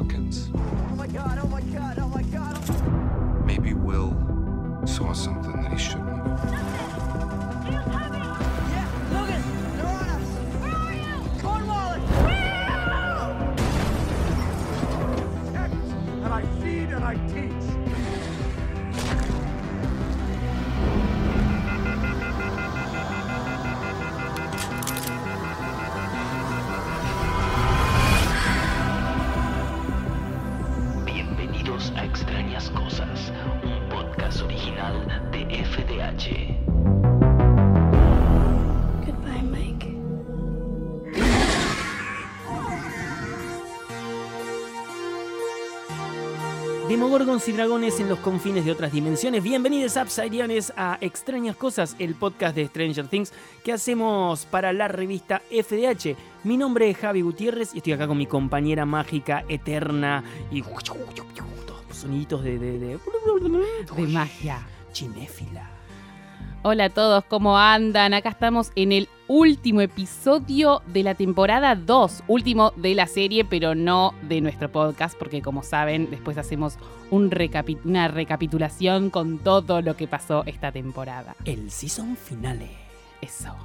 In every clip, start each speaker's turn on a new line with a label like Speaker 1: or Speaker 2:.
Speaker 1: Hawkins.
Speaker 2: Oh my god, oh my god, oh my god.
Speaker 1: Maybe Will saw something that he shouldn't have.
Speaker 2: Yeah, Logan, they're on us. Where are you? Cornwallis.
Speaker 3: And I feed and I teach.
Speaker 4: Bienvenidos a Extrañas Cosas, un podcast original de FDH.
Speaker 5: Goodbye, Mike.
Speaker 6: Demogorgons y dragones en los confines de otras dimensiones. Bienvenidos, Upsiderianes, a Extrañas Cosas, el podcast de Stranger Things que hacemos para la revista FDH. Mi nombre es Javi Gutiérrez y estoy acá con mi compañera mágica, eterna y todos soniditos de
Speaker 7: magia.
Speaker 6: Cinéfila.
Speaker 7: Hola a todos, ¿cómo andan? Acá estamos en el último episodio de la temporada 2. Último de la serie, pero no de nuestro podcast, porque como saben, después hacemos una recapitulación con todo lo que pasó esta temporada.
Speaker 6: El season finale.
Speaker 7: Eso.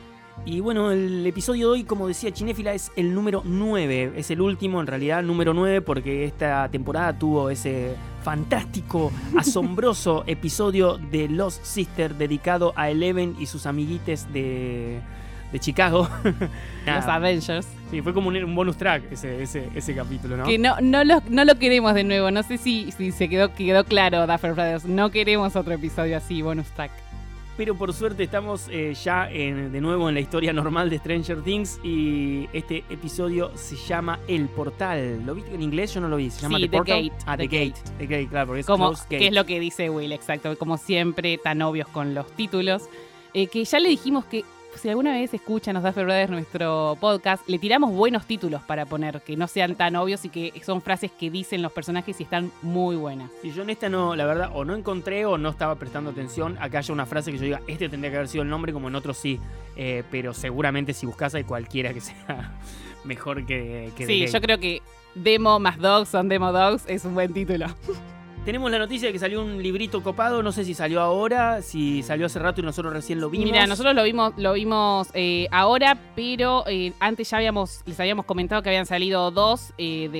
Speaker 6: Y bueno, el episodio de hoy, como decía Cinéfila, es el número 9. Es el último, en realidad, número 9, porque esta temporada tuvo ese fantástico, asombroso episodio de Lost Sister dedicado a Eleven y sus amiguites de Chicago.
Speaker 7: Los Avengers.
Speaker 6: Sí, fue como un bonus track ese capítulo, ¿no?
Speaker 7: Que no lo queremos de nuevo. No sé si se quedó claro, Duffer Brothers. No queremos otro episodio así, bonus track.
Speaker 6: Pero por suerte estamos ya de nuevo en la historia normal de Stranger Things y este episodio se llama El Portal. ¿Lo viste en inglés? Yo no lo vi. Se llama
Speaker 7: sí,
Speaker 6: The Portal.
Speaker 7: Gate.
Speaker 6: Ah, The Gate. The Gate, claro, porque es
Speaker 7: como,
Speaker 6: Close Gate.
Speaker 7: Que es lo que dice Will, exacto. Como siempre, tan obvios con los títulos. Que ya le dijimos que si alguna vez escuchan los Duffer Brothers nuestro podcast, le tiramos buenos títulos para poner, que no sean tan obvios y que son frases que dicen los personajes y están muy buenas.
Speaker 6: Y yo en esta no, la verdad, o no encontré o no estaba prestando atención. Acá haya una frase que yo diga, este tendría que haber sido el nombre, como en otros sí. Pero seguramente si buscas hay cualquiera que sea mejor que
Speaker 7: sí, yo creo que Demo más Dogs son Demo Dogs es un buen título.
Speaker 6: Tenemos la noticia de que salió un librito copado, no sé si salió ahora, si salió hace rato y nosotros recién lo vimos.
Speaker 7: Mira, nosotros lo vimos ahora, pero antes ya les habíamos comentado que habían salido dos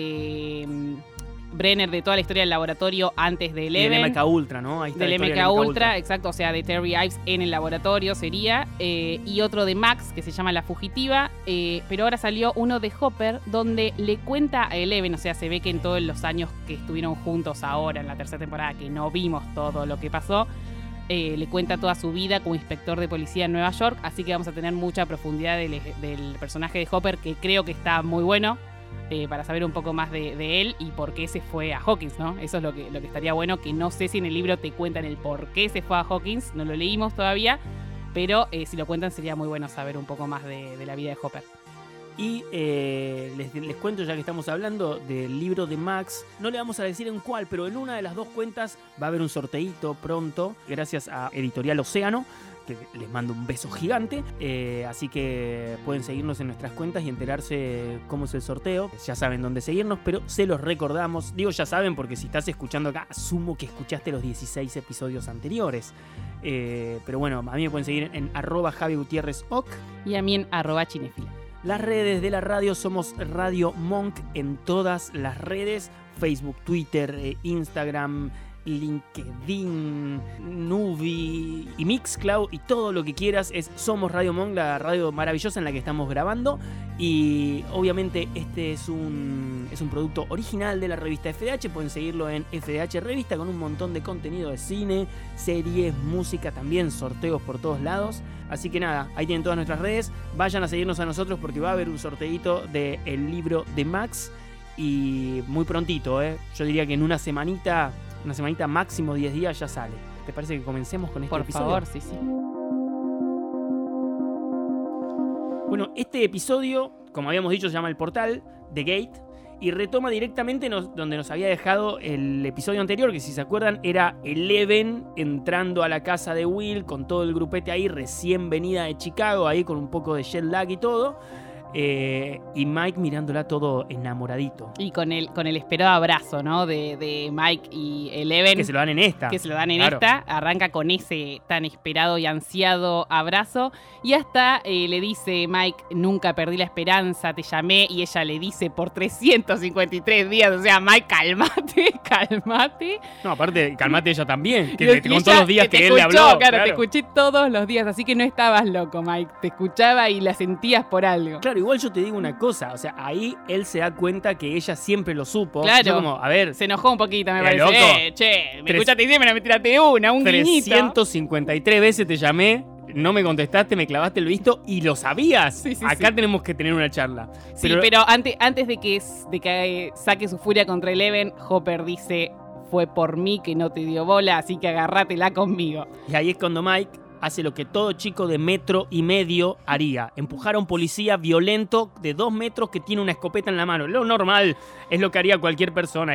Speaker 7: de Brenner, de toda la historia del laboratorio antes de Eleven.
Speaker 6: Del MK Ultra, ¿no? Ahí está
Speaker 7: del
Speaker 6: la historia
Speaker 7: MK Ultra, exacto, o sea, de Terry Ives en el laboratorio sería. Y otro de Max, que se llama La Fugitiva. Pero ahora salió uno de Hopper, donde le cuenta a Eleven, o sea, se ve que en todos los años que estuvieron juntos ahora, en la tercera temporada, que no vimos todo lo que pasó, le cuenta toda su vida como inspector de policía en Nueva York, así que vamos a tener mucha profundidad del personaje de Hopper, que creo que está muy bueno. Para saber un poco más de él y por qué se fue a Hawkins, ¿no? Eso es lo que estaría bueno, que no sé si en el libro te cuentan el por qué se fue a Hawkins, no lo leímos todavía, pero si lo cuentan sería muy bueno saber un poco más de la vida de Hopper.
Speaker 6: Y les cuento, ya que estamos hablando del libro de Max, no le vamos a decir en cuál, pero en una de las dos cuentas va a haber un sorteíto pronto, gracias a Editorial Océano, que les mando un beso gigante, así que pueden seguirnos en nuestras cuentas y enterarse cómo es el sorteo. Ya saben dónde seguirnos, pero se los recordamos. Digo ya saben porque si estás escuchando acá, asumo que escuchaste los 16 episodios anteriores. Pero bueno, a mí me pueden seguir en @JaviGutiérrezOc
Speaker 7: y a mí en @Cinefila.
Speaker 6: Las redes de la radio somos Radio Monk en todas las redes: Facebook, Twitter, Instagram, LinkedIn, Nubi y Mixcloud y todo lo que quieras. Somos Radio Monk, la radio maravillosa en la que estamos grabando. Y obviamente este es un producto original de la revista FDH. Pueden seguirlo en FDH Revista con un montón de contenido de cine, series, música, también sorteos por todos lados. Así que nada, ahí tienen todas nuestras redes. Vayan a seguirnos a nosotros porque va a haber un sorteito del libro de Max. Y muy prontito, Yo diría que en una semanita máximo 10 días ya sale. ¿Te parece que comencemos con este episodio?
Speaker 7: Por favor, sí.
Speaker 6: Bueno, este episodio, como habíamos dicho, se llama El Portal, The Gate, y retoma directamente donde nos había dejado el episodio anterior, que si se acuerdan era Eleven entrando a la casa de Will con todo el grupete ahí, recién venida de Chicago, ahí con un poco de jet lag y todo. Y Mike mirándola todo enamoradito.
Speaker 7: Y con el esperado abrazo, ¿no? De Mike y Eleven.
Speaker 6: Que se lo dan en esta.
Speaker 7: Que se lo dan en
Speaker 6: Claro.
Speaker 7: esta. Arranca con ese tan esperado y ansiado abrazo. Y hasta le dice Mike, nunca perdí la esperanza, te llamé. Y ella le dice por 353 días. O sea, Mike, cálmate.
Speaker 6: No, aparte, calmate ella también.
Speaker 7: Y
Speaker 6: Que con
Speaker 7: ella
Speaker 6: todos los días
Speaker 7: te
Speaker 6: que él le
Speaker 7: escuchó,
Speaker 6: habló.
Speaker 7: Claro, te escuché todos los días. Así que no estabas loco, Mike. Te escuchaba y la sentías por algo.
Speaker 6: Claro, igual yo te digo una cosa, o sea, ahí él se da cuenta que ella siempre lo supo.
Speaker 7: Claro.
Speaker 6: Yo como, a ver,
Speaker 7: Se enojó un poquito, me
Speaker 6: Loco.
Speaker 7: parece. Che, me escuchaste siempre, me tiraste una, un guiñito.
Speaker 6: 353 veces te llamé, no me contestaste, me clavaste el visto y lo sabías.
Speaker 7: Sí, sí,
Speaker 6: Acá
Speaker 7: sí.
Speaker 6: tenemos que tener una charla.
Speaker 7: Sí, pero antes de que saque su furia contra Eleven, Hopper dice, fue por mí que no te dio bola, así que agárratela conmigo.
Speaker 6: Y ahí es cuando Mike hace lo que todo chico de 1,5 metros haría. Empujar a un policía violento de 2 metros que tiene una escopeta en la mano. Lo normal es lo que haría cualquier persona.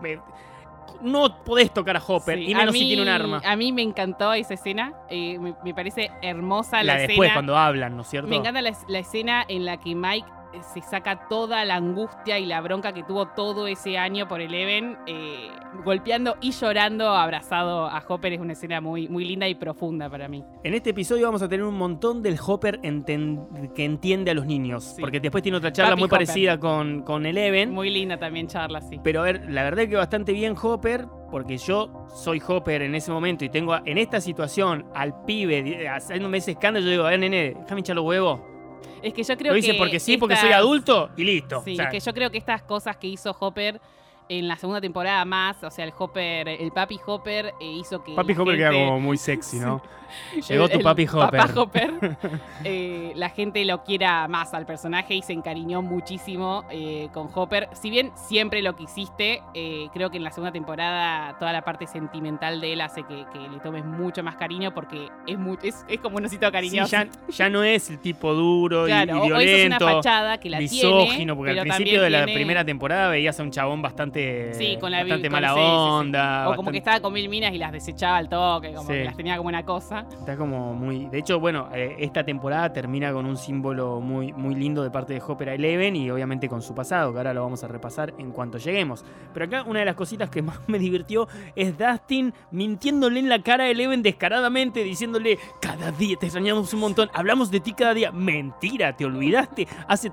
Speaker 6: No podés tocar a Hopper,
Speaker 7: Sí,
Speaker 6: y menos
Speaker 7: a mí-
Speaker 6: si tiene un arma.
Speaker 7: A mí me encantó esa escena, me parece hermosa
Speaker 6: La
Speaker 7: la
Speaker 6: de después,
Speaker 7: escena.
Speaker 6: cuando hablan, ¿no es cierto?
Speaker 7: Me encanta la escena en la que Mike se saca toda la angustia y la bronca que tuvo todo ese año por Eleven, golpeando y llorando abrazado a Hopper. Es una escena muy, muy linda y profunda para mí.
Speaker 6: En este episodio vamos a tener un montón del Hopper que entiende a los niños.
Speaker 7: Sí.
Speaker 6: Porque después tiene otra charla
Speaker 7: Papi
Speaker 6: muy
Speaker 7: Hopper.
Speaker 6: parecida con Eleven.
Speaker 7: Muy linda también charla, sí.
Speaker 6: Pero a ver, la verdad que bastante bien Hopper, porque yo soy Hopper en ese momento y tengo en esta situación al pibe haciéndome ese escándalo. Yo digo, a ver, nene, déjame hinchar los huevos.
Speaker 7: Es que yo creo
Speaker 6: Lo hice
Speaker 7: que
Speaker 6: porque sí, porque
Speaker 7: estas-
Speaker 6: soy adulto y listo.
Speaker 7: Sí,
Speaker 6: O sea,
Speaker 7: que yo creo que estas cosas que hizo Hopper en la segunda temporada más, o sea, el papi Hopper hizo que
Speaker 6: Papi
Speaker 7: la
Speaker 6: Hopper queda
Speaker 7: gente-
Speaker 6: como muy sexy, ¿no? Llegó tu
Speaker 7: el
Speaker 6: papi Hopper.
Speaker 7: Papá Hopper. La gente lo quiera más al personaje y se encariñó muchísimo con Hopper. Si bien siempre lo quisiste, creo que en la segunda temporada toda la parte sentimental de él hace que le tomes mucho más cariño porque es como un osito
Speaker 6: Sí,
Speaker 7: cariñoso.
Speaker 6: ya no es el tipo duro
Speaker 7: Claro,
Speaker 6: y
Speaker 7: o eso es
Speaker 6: violento,
Speaker 7: una fachada que la
Speaker 6: misógino,
Speaker 7: tiene,
Speaker 6: porque al
Speaker 7: pero
Speaker 6: principio de
Speaker 7: también
Speaker 6: la
Speaker 7: tiene-
Speaker 6: primera temporada veías a un chabón bastante,
Speaker 7: Sí, con la
Speaker 6: bastante
Speaker 7: con-
Speaker 6: mala
Speaker 7: sí, sí, sí.
Speaker 6: onda.
Speaker 7: O como que estaba con 1000 minas y las desechaba al toque, como
Speaker 6: Sí.
Speaker 7: que las tenía como una cosa.
Speaker 6: Está como muy... De hecho, bueno, esta temporada termina con un símbolo muy, muy lindo de parte de Hopper a Eleven y obviamente con su pasado, que ahora lo vamos a repasar en cuanto lleguemos. Pero acá una de las cositas que más me divirtió es Dustin mintiéndole en la cara a Eleven descaradamente, diciéndole, cada día te extrañamos un montón, hablamos de ti cada día. Mentira, te olvidaste. Hace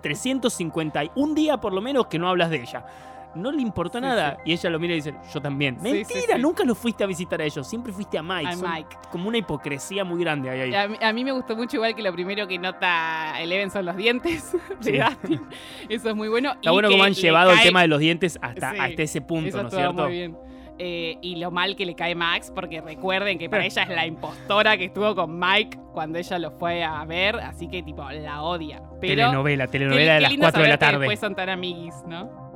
Speaker 6: 351 días por lo menos que no hablas de ella. No le importó
Speaker 7: Sí,
Speaker 6: nada. Y ella lo mira y dice, yo también.
Speaker 7: Sí,
Speaker 6: Mentira,
Speaker 7: sí, sí.
Speaker 6: nunca lo fuiste a visitar a ellos, siempre fuiste a Mike.
Speaker 7: A
Speaker 6: Son
Speaker 7: Mike.
Speaker 6: como una hipocresía muy grande ahí.
Speaker 7: A mí me gustó mucho igual que lo primero que nota Eleven son los dientes
Speaker 6: Sí.
Speaker 7: de Dustin. Eso es muy bueno.
Speaker 6: Está bueno cómo han llevado el tema de los dientes hasta
Speaker 7: Sí,
Speaker 6: ese punto,
Speaker 7: eso
Speaker 6: ¿no es
Speaker 7: estuvo
Speaker 6: cierto?
Speaker 7: muy bien. Y lo mal que le cae Max, porque recuerden que para ella es la impostora que estuvo con Mike cuando ella lo fue a ver, así que tipo la odia. Pero
Speaker 6: Telenovela
Speaker 7: qué
Speaker 6: de las
Speaker 7: lindo
Speaker 6: 4 de la
Speaker 7: saber que
Speaker 6: tarde.
Speaker 7: después son tan amiguis, ¿no?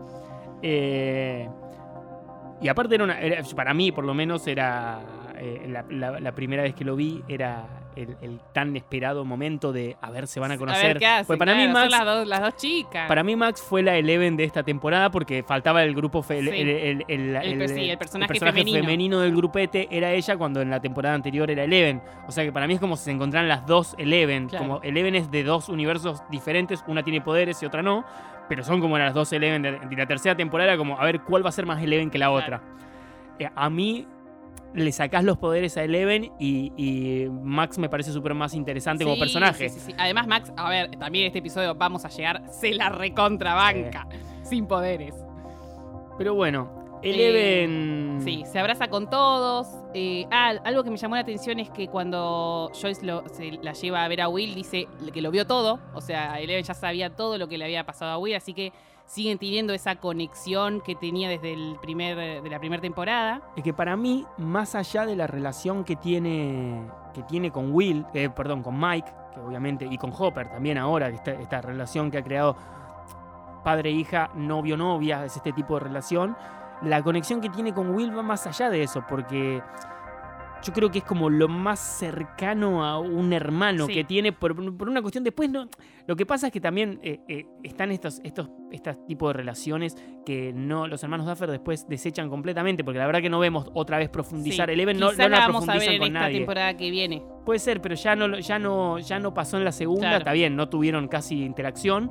Speaker 6: Y aparte para mí por lo menos era la primera vez que lo vi era el tan esperado momento de a ver se van a conocer.
Speaker 7: A ver qué hacen.
Speaker 6: Pues para mí
Speaker 7: claro,
Speaker 6: Max,
Speaker 7: son las dos chicas.
Speaker 6: para mí Max fue la Eleven de esta temporada porque faltaba el grupo
Speaker 7: Sí. El personaje
Speaker 6: femenino del grupete era ella cuando en la temporada anterior era Eleven. O sea que para mí es como si se encontraran las dos Eleven.
Speaker 7: Claro.
Speaker 6: Como Eleven es de dos universos diferentes, una tiene poderes y otra no, pero son como las dos Eleven de la tercera temporada, era como a ver cuál va a ser más Eleven que la
Speaker 7: Claro.
Speaker 6: otra. A mí le sacás los poderes a Eleven y Max me parece súper más interesante como
Speaker 7: Sí,
Speaker 6: personaje.
Speaker 7: sí. Además, Max, a ver, también en este episodio vamos a llegar, se la recontrabanca, sin poderes.
Speaker 6: Pero bueno, Eleven...
Speaker 7: Sí, se abraza con todos. Algo que me llamó la atención es que cuando Joyce se la lleva a ver a Will, dice que lo vio todo. O sea, Eleven ya sabía todo lo que le había pasado a Will, así que siguen teniendo esa conexión que tenía desde de la primera temporada.
Speaker 6: Es que para mí, más allá de la relación que tiene con Will, con Mike, que obviamente, y con Hopper también ahora, que esta relación que ha creado padre-hija, novio-novia, es este tipo de relación, la conexión que tiene con Will va más allá de eso, porque yo creo que es como lo más cercano a un hermano
Speaker 7: Sí.
Speaker 6: que tiene por una cuestión. Después no. Lo que pasa es que también están estos tipos de relaciones que no los hermanos Duffer después desechan completamente, porque la verdad que no vemos otra vez profundizar.
Speaker 7: Sí,
Speaker 6: Eleven no
Speaker 7: quizá
Speaker 6: la
Speaker 7: la vamos a ver
Speaker 6: profundizan
Speaker 7: en
Speaker 6: con
Speaker 7: esta
Speaker 6: nadie.
Speaker 7: temporada que viene.
Speaker 6: Puede ser, pero ya no pasó en la segunda.
Speaker 7: Claro.
Speaker 6: Está bien, no tuvieron casi interacción.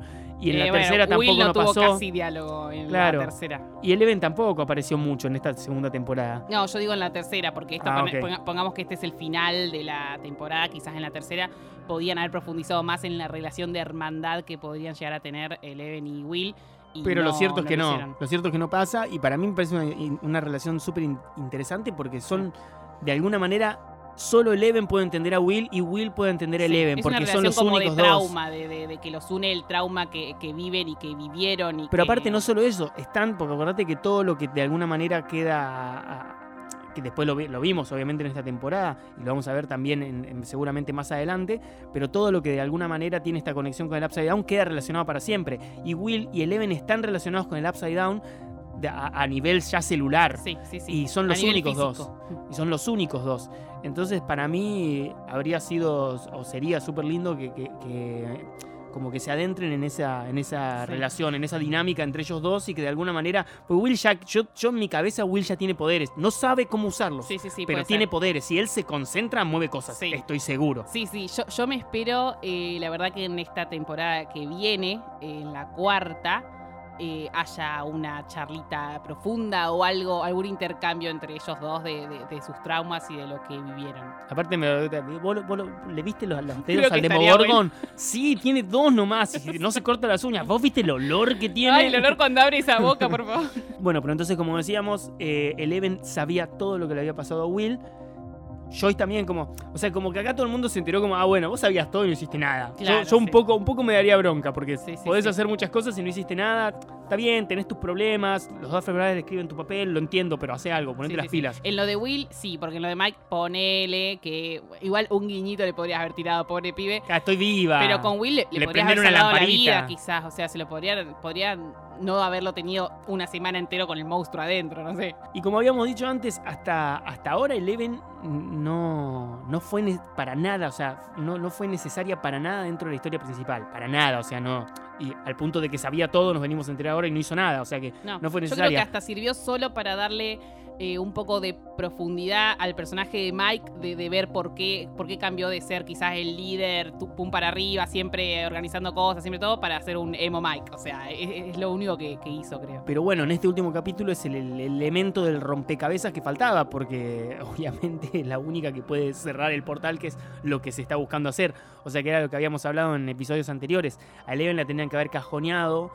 Speaker 6: Y en la tercera tampoco
Speaker 7: Will no tuvo
Speaker 6: pasó.
Speaker 7: casi diálogo en
Speaker 6: Claro.
Speaker 7: la tercera.
Speaker 6: Y Eleven tampoco apareció mucho en esta segunda temporada.
Speaker 7: No, yo digo en la tercera, porque esto
Speaker 6: Ok.
Speaker 7: pongamos que este es el final de la temporada, quizás en la tercera podían haber profundizado más en la relación de hermandad que podrían llegar a tener Eleven y Will. Y
Speaker 6: Pero lo
Speaker 7: no-
Speaker 6: cierto es que
Speaker 7: lo
Speaker 6: no.
Speaker 7: hicieron.
Speaker 6: Lo cierto es que no pasa. Y para mí me parece una relación súper interesante porque son, de alguna manera, solo Eleven puede entender a Will y Will puede entender a
Speaker 7: Sí,
Speaker 6: Eleven
Speaker 7: es
Speaker 6: porque
Speaker 7: una
Speaker 6: son
Speaker 7: relación
Speaker 6: los
Speaker 7: como
Speaker 6: únicos
Speaker 7: de
Speaker 6: dos.
Speaker 7: trauma, de que los une el trauma que viven y que vivieron. Y
Speaker 6: Pero
Speaker 7: que-
Speaker 6: aparte no solo eso, están, porque acordate que todo lo que de alguna manera queda, que después lo vimos obviamente en esta temporada y lo vamos a ver también seguramente más adelante, pero todo lo que de alguna manera tiene esta conexión con el Upside Down queda relacionado para siempre. Y Will y Eleven están relacionados con el Upside Down a nivel ya celular.
Speaker 7: Sí, sí, sí.
Speaker 6: Y son
Speaker 7: A
Speaker 6: los
Speaker 7: nivel
Speaker 6: únicos
Speaker 7: físico.
Speaker 6: dos. Y son los únicos dos. Entonces, para mí, habría sido o sería súper lindo que como que se adentren en esa
Speaker 7: Sí.
Speaker 6: relación, en esa dinámica entre ellos dos y que de alguna manera. Pues Will ya, yo en mi cabeza, Will ya tiene poderes. No sabe cómo usarlos.
Speaker 7: Sí, sí, sí,
Speaker 6: pero
Speaker 7: puede
Speaker 6: tiene
Speaker 7: ser.
Speaker 6: poderes. Si él se concentra, mueve cosas.
Speaker 7: Sí.
Speaker 6: Estoy seguro.
Speaker 7: Sí, sí, yo me espero, la verdad que en esta temporada que viene, en la cuarta, haya una charlita profunda o algún intercambio entre ellos dos de sus traumas y de lo que vivieron.
Speaker 6: Aparte, ¿vos le viste los
Speaker 7: Creo
Speaker 6: dedos
Speaker 7: que
Speaker 6: al
Speaker 7: estaría
Speaker 6: Demogorgon? Sí, tiene dos nomás. Y no se corta las uñas. ¿Vos viste el olor que tiene?
Speaker 7: Ay, el olor cuando abre esa boca, por favor.
Speaker 6: Bueno, pero entonces, como decíamos, Eleven sabía todo lo que le había pasado a Will. Joyce también, como que acá todo el mundo se enteró como, bueno, vos sabías todo y no hiciste nada.
Speaker 7: Claro,
Speaker 6: yo un
Speaker 7: sí.
Speaker 6: poco me daría bronca, porque
Speaker 7: Sí, sí,
Speaker 6: podés
Speaker 7: sí.
Speaker 6: hacer muchas cosas y no hiciste nada. Está bien, tenés tus problemas, los Duffer Brothers escriben tu papel, lo entiendo, pero hace algo, ponete
Speaker 7: Sí,
Speaker 6: las
Speaker 7: sí, sí.
Speaker 6: pilas.
Speaker 7: En lo de Will, sí, porque en lo de Mike, ponele que igual un guiñito le podrías haber tirado, pobre pibe.
Speaker 6: Estoy viva.
Speaker 7: Pero con Will le podrías
Speaker 6: prenden
Speaker 7: haber
Speaker 6: una
Speaker 7: salvado la
Speaker 6: lamparita.
Speaker 7: vida, quizás. O sea, se lo podría no haberlo tenido una semana entero con el monstruo adentro, no sé.
Speaker 6: Y como habíamos dicho antes, hasta ahora Eleven no fue para nada, o sea, no fue necesaria para nada dentro de la historia principal. Para nada, o sea, no. Y al punto de que sabía todo, nos venimos a enterar ahora y no hizo nada, o sea que no fue
Speaker 7: Yo creo que
Speaker 6: necesaria.
Speaker 7: hasta sirvió solo para darle un poco de profundidad al personaje de Mike, de ver por qué cambió de ser quizás el líder, pum para arriba, siempre organizando cosas, siempre todo, para ser un emo Mike. O sea, es lo único que hizo, creo.
Speaker 6: Pero bueno, en este último capítulo es el elemento del rompecabezas que faltaba, porque obviamente es la única que puede cerrar el portal, que es lo que se está buscando hacer. O sea, que era lo que habíamos hablado en episodios anteriores. A Eleven la tenían que haber cajoneado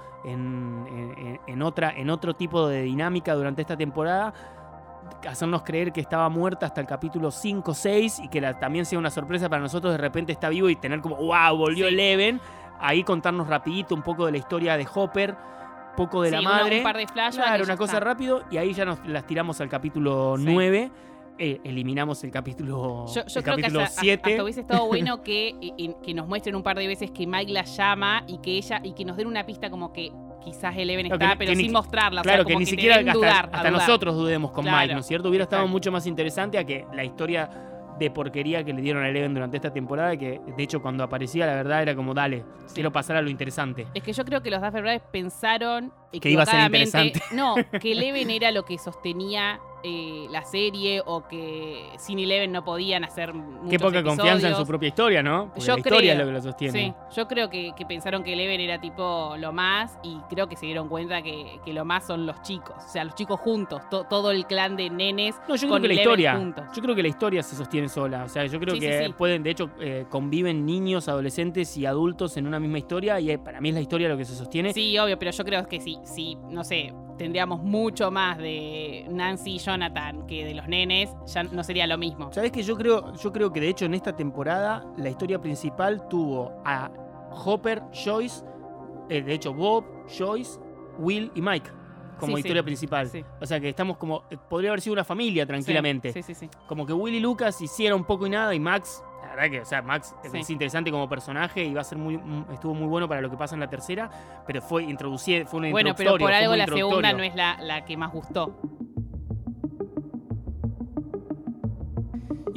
Speaker 6: en otro tipo de dinámica durante esta temporada, hacernos creer que estaba muerta hasta el capítulo 5 o 6 y que también sea una sorpresa para nosotros, de repente está vivo y tener como, wow, volvió
Speaker 7: Sí.
Speaker 6: Eleven. Ahí contarnos rapidito un poco de la historia de Hopper, poco de la madre.
Speaker 7: Un par de flashbacks.
Speaker 6: Claro,
Speaker 7: y ya
Speaker 6: una cosa
Speaker 7: está.
Speaker 6: rápido, y ahí ya nos las tiramos al capítulo
Speaker 7: Sí.
Speaker 6: 9. Eliminamos el capítulo
Speaker 7: Yo
Speaker 6: el
Speaker 7: creo que
Speaker 6: capítulo
Speaker 7: hasta
Speaker 6: 7.
Speaker 7: hubiese estado bueno que nos muestren un par de veces que Mike la llama y que nos den una pista como que quizás Eleven
Speaker 6: Claro,
Speaker 7: está,
Speaker 6: que
Speaker 7: pero
Speaker 6: ni-
Speaker 7: sin mostrarla.
Speaker 6: Claro,
Speaker 7: o sea,
Speaker 6: que
Speaker 7: como
Speaker 6: ni
Speaker 7: te
Speaker 6: siquiera
Speaker 7: den
Speaker 6: hasta
Speaker 7: dudar, a dudar.
Speaker 6: nosotros dudemos con
Speaker 7: Claro,
Speaker 6: Mike, ¿no es cierto? Hubiera estado
Speaker 7: exacto.
Speaker 6: mucho más interesante a que la historia de porquería que le dieron a Eleven durante esta temporada, que de hecho cuando aparecía la verdad era como, dale, quiero pasar a lo interesante.
Speaker 7: Es que yo creo que los Duffer Brothers pensaron
Speaker 6: Que iba a ser
Speaker 7: equivocadamente-
Speaker 6: interesante.
Speaker 7: No, que Eleven era lo que sostenía la serie, o que sin Eleven no podían hacer muchos
Speaker 6: Qué poca confianza en su
Speaker 7: episodios.
Speaker 6: propia historia, ¿no? Porque
Speaker 7: Yo
Speaker 6: la historia
Speaker 7: creo.
Speaker 6: es lo que lo sostiene.
Speaker 7: Sí, yo creo que pensaron que Eleven era tipo lo más, y creo que se dieron cuenta que lo más son los chicos. O sea, los chicos juntos, todo el clan de nenes.
Speaker 6: No, yo creo
Speaker 7: con
Speaker 6: que la
Speaker 7: Eleven
Speaker 6: historia.
Speaker 7: juntos.
Speaker 6: Yo creo que la historia se sostiene sola. O sea, yo creo
Speaker 7: Sí,
Speaker 6: que
Speaker 7: sí, sí.
Speaker 6: pueden, de hecho, conviven niños, adolescentes y adultos en una misma historia. Y para mí es la historia lo que se sostiene.
Speaker 7: Sí, obvio, pero yo creo que sí, no sé, tendríamos mucho más de Nancy y Jonathan que de los nenes, ya no sería lo mismo.
Speaker 6: ¿Sabés que yo creo que de hecho en esta temporada la historia principal tuvo a Hopper, Joyce, de hecho Bob, Joyce, Will y Mike como
Speaker 7: Sí,
Speaker 6: historia
Speaker 7: sí,
Speaker 6: principal.
Speaker 7: sí.
Speaker 6: O sea que estamos como, podría haber sido una familia tranquilamente.
Speaker 7: Sí.
Speaker 6: Como que Will y Lucas hicieron poco y nada, y Max, la verdad que, o sea, Max
Speaker 7: Sí.
Speaker 6: es interesante como personaje y va a ser estuvo muy bueno para lo que pasa en la tercera, pero fue una
Speaker 7: Bueno, pero
Speaker 6: introductorio,
Speaker 7: por
Speaker 6: fue
Speaker 7: algo
Speaker 6: muy
Speaker 7: la segunda no
Speaker 6: introductorio.
Speaker 7: es la que más gustó.
Speaker 6: Y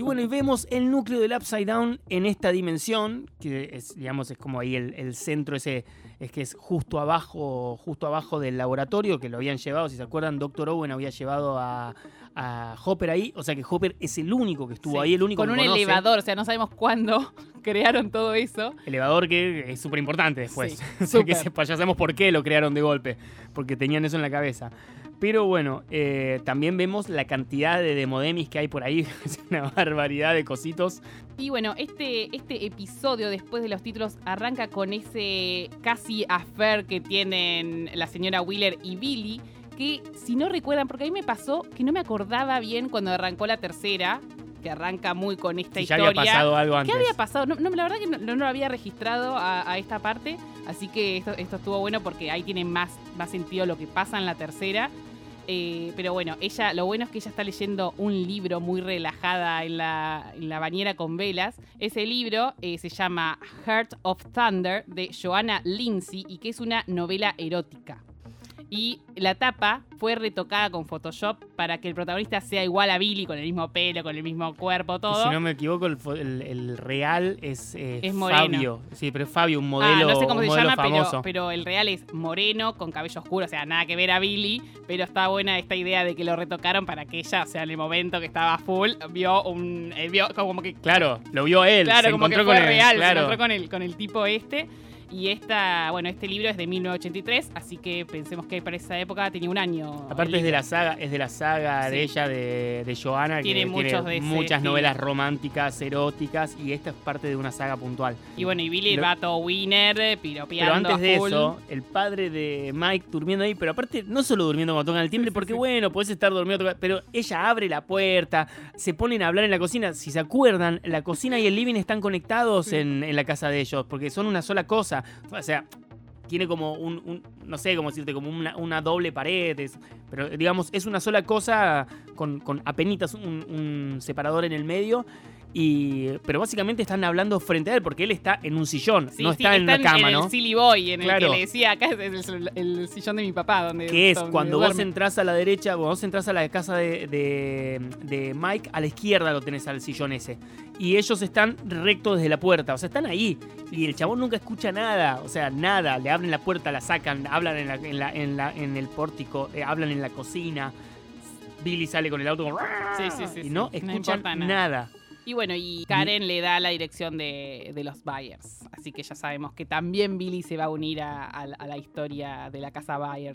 Speaker 6: Y bueno, y vemos el núcleo del Upside Down en esta dimensión, que es, digamos, es como ahí el centro ese, es que es justo abajo del laboratorio, que lo habían llevado, si se acuerdan, Dr. Owen había llevado a Hopper ahí, o sea que Hopper es el único que estuvo ahí, el único
Speaker 7: con
Speaker 6: que
Speaker 7: un
Speaker 6: conoce.
Speaker 7: elevador, o sea, no sabemos cuándo crearon todo eso.
Speaker 6: Elevador que es súper importante después.
Speaker 7: Sí,
Speaker 6: O sea, que
Speaker 7: súper.
Speaker 6: ya sabemos por qué lo crearon de golpe, porque tenían eso en la cabeza. Pero bueno, también vemos la cantidad de demodemis que hay por ahí, es una barbaridad de cositos.
Speaker 7: Y bueno, este episodio después de los títulos arranca con ese casi affair que tienen la señora Wheeler y Billy, que si no recuerdan, porque a mí me pasó que no me acordaba bien cuando arrancó la tercera, que arranca muy con esta
Speaker 6: Si ya
Speaker 7: historia.
Speaker 6: había pasado algo antes.
Speaker 7: ¿Qué había pasado? No, la verdad que no lo había registrado a esta parte, así que esto estuvo bueno porque ahí tiene más sentido lo que pasa en la tercera. Pero bueno, lo bueno es que ella está leyendo un libro muy relajada en la bañera con velas. Ese libro se llama Heart of Thunder de Joanna Lindsey y que es una novela erótica. Y la tapa fue retocada con Photoshop para que el protagonista sea igual a Billy, con el mismo pelo, con el mismo cuerpo, todo.
Speaker 6: Y si no me equivoco, el real es
Speaker 7: moreno.
Speaker 6: Fabio. Sí, pero es Fabio, un modelo,
Speaker 7: no sé cómo
Speaker 6: un
Speaker 7: se
Speaker 6: modelo
Speaker 7: llama,
Speaker 6: famoso.
Speaker 7: pero el real es moreno, con cabello oscuro, o sea, nada que ver a Billy, pero está buena esta idea de que lo retocaron para que ella, o sea, en el momento que estaba full, vio como que...
Speaker 6: Claro, lo vio él,
Speaker 7: Claro,
Speaker 6: se
Speaker 7: como que
Speaker 6: encontró
Speaker 7: fue
Speaker 6: con él.
Speaker 7: real,
Speaker 6: Claro.
Speaker 7: se encontró con el tipo este. Y este libro es de 1983, así que pensemos que para esa época tenía un año.
Speaker 6: Aparte es de la saga
Speaker 7: Sí.
Speaker 6: de ella, de Joanna,
Speaker 7: Tiene
Speaker 6: que
Speaker 7: muchos de
Speaker 6: tiene
Speaker 7: ese
Speaker 6: muchas
Speaker 7: estilo.
Speaker 6: novelas románticas, eróticas, y esta es parte de una saga puntual.
Speaker 7: Y bueno, y Billy
Speaker 6: Lo-
Speaker 7: va todo winner, piropeando
Speaker 6: Pero antes
Speaker 7: a
Speaker 6: de
Speaker 7: full.
Speaker 6: eso, el padre de Mike durmiendo ahí, pero aparte no solo durmiendo cuando tocan el timbre, porque bueno, podés estar dormido, pero ella abre la puerta, se ponen a hablar en la cocina. Si se acuerdan, la cocina y el living están conectados en la casa de ellos, porque son una sola cosa. O sea, tiene como no sé cómo decirte, como una doble pared, pero digamos, es una sola cosa con apenitas un separador en el medio. Pero básicamente están hablando frente a él porque él está en un sillón,
Speaker 7: Sí,
Speaker 6: no
Speaker 7: sí,
Speaker 6: está en una cama,
Speaker 7: en
Speaker 6: ¿no?
Speaker 7: el Silly Boy, en
Speaker 6: Claro.
Speaker 7: el que le decía, acá es el sillón de mi papá. Donde
Speaker 6: Cuando vos
Speaker 7: duerme.
Speaker 6: entrás a la derecha, cuando vos entrás a la casa de Mike, a la izquierda lo tenés al sillón ese. Y ellos están recto desde la puerta, o sea, están ahí. Y el chabón nunca escucha nada, o sea, nada. Le abren la puerta, la sacan, hablan en el pórtico, hablan en la cocina. Billy sale con el auto como...
Speaker 7: Sí,
Speaker 6: y no
Speaker 7: sí, no
Speaker 6: escuchan
Speaker 7: importa
Speaker 6: nada.
Speaker 7: Y bueno, y Karen le da la dirección de los Byers. Así que ya sabemos que también Billy se va a unir a la historia de la casa Byers.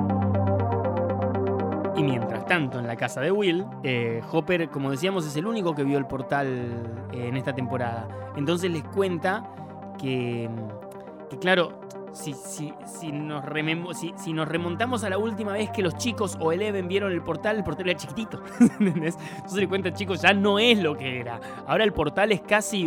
Speaker 6: Y mientras tanto, en la casa de Will, Hopper, como decíamos, es el único que vio el portal en esta temporada. Entonces les cuenta que claro, si nos remontamos a la última vez que los chicos o Eleven vieron el portal era chiquitito. ¿Entendés? Entonces le cuenta, chicos, ya no es lo que era. Ahora el portal es casi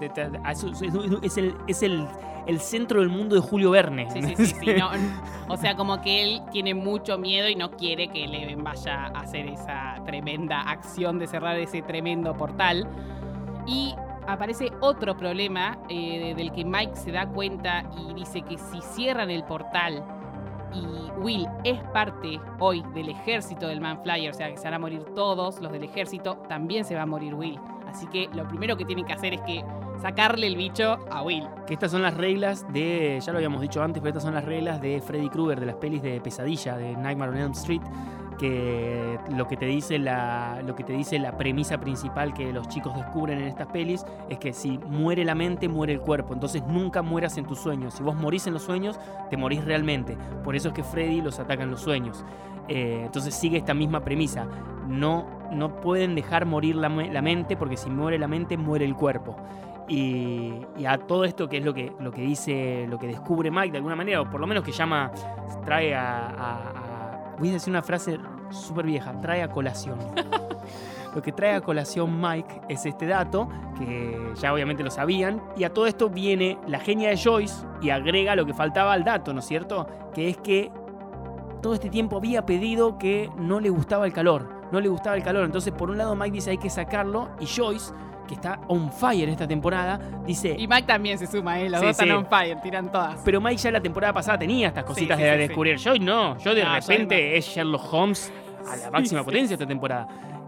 Speaker 6: es el centro del mundo de Julio Verne.
Speaker 7: Sí. No, o sea, como que él tiene mucho miedo y no quiere que Eleven vaya a hacer esa tremenda acción de cerrar ese tremendo portal. Y aparece otro problema del que Mike se da cuenta y dice que si cierran el portal y Will es parte hoy del ejército del Man-Flyer, o sea que se van a morir todos los del ejército, también se va a morir Will. Así que lo primero que tienen que hacer es que sacarle el bicho a Will.
Speaker 6: Que estas son las reglas ya lo habíamos dicho antes, pero estas son las reglas de Freddy Krueger, de las pelis de Pesadilla, de Nightmare on Elm Street, que lo que te dice la premisa principal que los chicos descubren en estas pelis es que si muere la mente, muere el cuerpo. Entonces nunca mueras en tus sueños. Si vos morís en los sueños, te morís realmente. Por eso es que Freddy los ataca en los sueños. Entonces sigue esta misma premisa. No pueden dejar morir la mente, porque si muere la mente, muere el cuerpo. Y a todo esto, que es lo que descubre Mike de alguna manera, o por lo menos que trae voy a decir una frase súper vieja, trae a colación. Lo que trae a colación Mike es este dato, que ya obviamente lo sabían, y a todo esto viene la genia de Joyce y agrega lo que faltaba al dato, ¿no es cierto? Que es que todo este tiempo había pedido que no le gustaba el calor. Entonces, por un lado, Mike dice hay que sacarlo, y Joyce, que está on fire esta temporada, dice...
Speaker 7: Y Mike también se suma, los
Speaker 6: Sí,
Speaker 7: dos están
Speaker 6: sí.
Speaker 7: on fire, tiran todas.
Speaker 6: Pero Mike ya la temporada pasada tenía estas cositas
Speaker 7: Sí,
Speaker 6: de
Speaker 7: sí,
Speaker 6: descubrir. Joyce no, yo de
Speaker 7: No,
Speaker 6: repente
Speaker 7: Joyce no.
Speaker 6: es Sherlock Holmes a la máxima potencia esta temporada.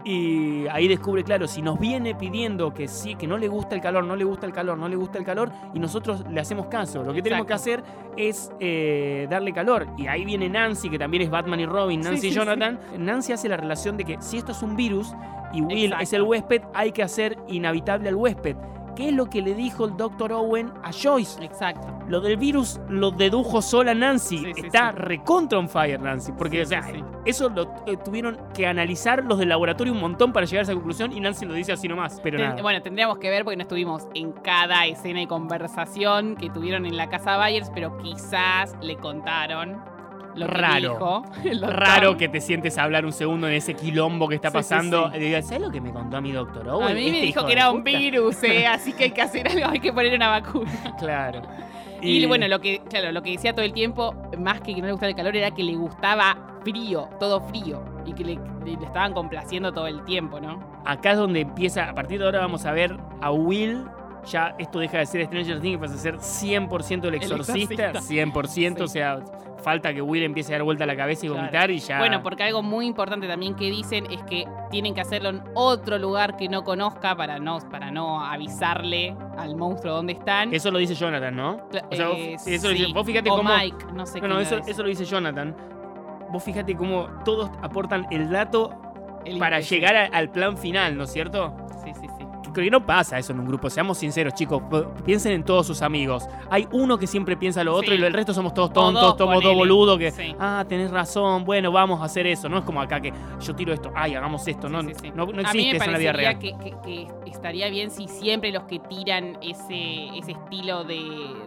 Speaker 6: Y ahí descubre, claro, si nos viene pidiendo que sí, que no le gusta el calor, no le gusta el calor, no le gusta el calor, y nosotros le hacemos caso. Lo que tenemos que hacer es darle calor. Y ahí viene Nancy, que también es Batman y Robin, Nancy y Jonathan. Sí. Nancy hace la relación de que si esto es un virus y Will es el huésped, hay que hacer inhabitable al huésped. ¿Qué es lo que le dijo el Dr. Owen a Joyce?
Speaker 7: Exacto.
Speaker 6: Lo del virus lo dedujo sola Nancy. Está recontra on fire Nancy. Porque, eso lo tuvieron que analizar los del laboratorio un montón para llegar a esa conclusión y Nancy lo dice así nomás. Pero nada.
Speaker 7: Bueno, tendríamos que ver porque no estuvimos en cada escena y conversación que tuvieron en la casa Byers, pero quizás le contaron lo que dijo el doctor.
Speaker 6: Raro que te sientes a hablar un segundo en ese quilombo que está pasando. Y digas, ¿sabes lo que me contó a mi doctor Owen?
Speaker 7: A mí me dijo que era un virus, así que hay que hacer algo, hay que poner una vacuna.
Speaker 6: Claro.
Speaker 7: Y bueno, lo que decía todo el tiempo, más que no le gustaba el calor, era que le gustaba frío, todo frío. Y que le estaban complaciendo todo el tiempo, ¿no? Acá
Speaker 6: es donde empieza, a partir de ahora vamos a ver a Will. Ya esto deja de ser Stranger Things y pasa a ser 100% el exorcista. 100%, o sea, falta que Will empiece a dar vuelta a la cabeza y vomitar y ya...
Speaker 7: Bueno, porque algo muy importante también que dicen es que tienen que hacerlo en otro lugar que no conozca para no avisarle al monstruo dónde están.
Speaker 6: Eso lo dice Jonathan, ¿no? O sea, eso lo dice, vos fíjate cómo...
Speaker 7: Mike, no sé qué.
Speaker 6: No, eso lo dice Jonathan. Vos fíjate cómo todos aportan el dato para llegar al plan final, ¿no es cierto?
Speaker 7: Sí.
Speaker 6: Creo que no pasa eso en un grupo, seamos sinceros, chicos. Piensen en todos sus amigos. Hay uno que siempre piensa lo otro y el resto somos todos tontos, somos todos boludos que, tenés razón, bueno, vamos a hacer eso. No es como acá que yo tiro esto, hagamos esto. No existe eso en la vida real.
Speaker 7: Que estaría bien si siempre los que tiran ese estilo de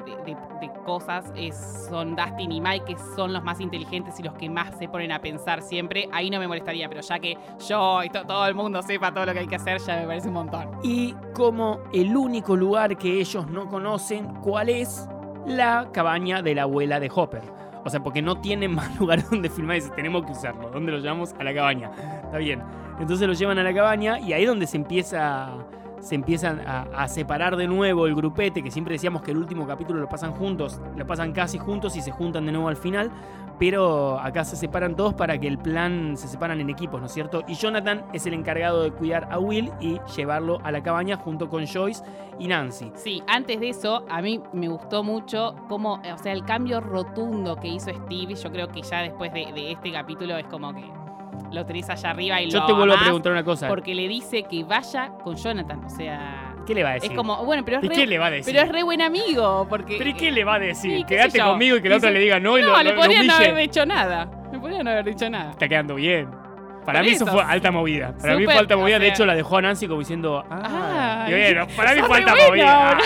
Speaker 7: cosas son Dustin y Mike, que son los más inteligentes y los que más se ponen a pensar siempre. Ahí no me molestaría, pero ya que yo y todo el mundo sepa todo lo que hay que hacer, ya me parece un montón.
Speaker 6: Y como el único lugar que ellos no conocen, ¿cuál es? La cabaña de la abuela de Hopper. O sea, porque no tienen más lugar donde filmar y dicen, tenemos que usarlo. ¿Dónde lo llevamos? A la cabaña. Está bien. Entonces lo llevan a la cabaña y ahí es donde se empiezan a separar de nuevo el grupete, que siempre decíamos que el último capítulo lo pasan juntos, lo pasan casi juntos y se juntan de nuevo al final, pero acá se separan todos para que el plan se separan en equipos, ¿no es cierto? Y Jonathan es el encargado de cuidar a Will y llevarlo a la cabaña junto con Joyce y Nancy.
Speaker 7: Sí, antes de eso, a mí me gustó mucho cómo, o sea, el cambio rotundo que hizo Steve. Yo creo que ya después de este capítulo es como que lo tenés allá arriba y
Speaker 6: yo te vuelvo a preguntar una cosa.
Speaker 7: Porque le dice que vaya con Jonathan, o sea...
Speaker 6: ¿Qué le va a decir?
Speaker 7: Es como, bueno, pero es
Speaker 6: ¿qué le va a decir?
Speaker 7: Pero es re buen amigo, porque...
Speaker 6: ¿Pero y qué le va a decir? Quédate conmigo y que la otra le diga no y
Speaker 7: no, le podrían no haber
Speaker 6: dicho
Speaker 7: nada. Le podrían no haber dicho nada.
Speaker 6: Está quedando bien. Para mí eso fue alta movida. Para mí fue alta movida. De hecho, la dejó a Nancy como diciendo... y bueno, para mí fue alta movida.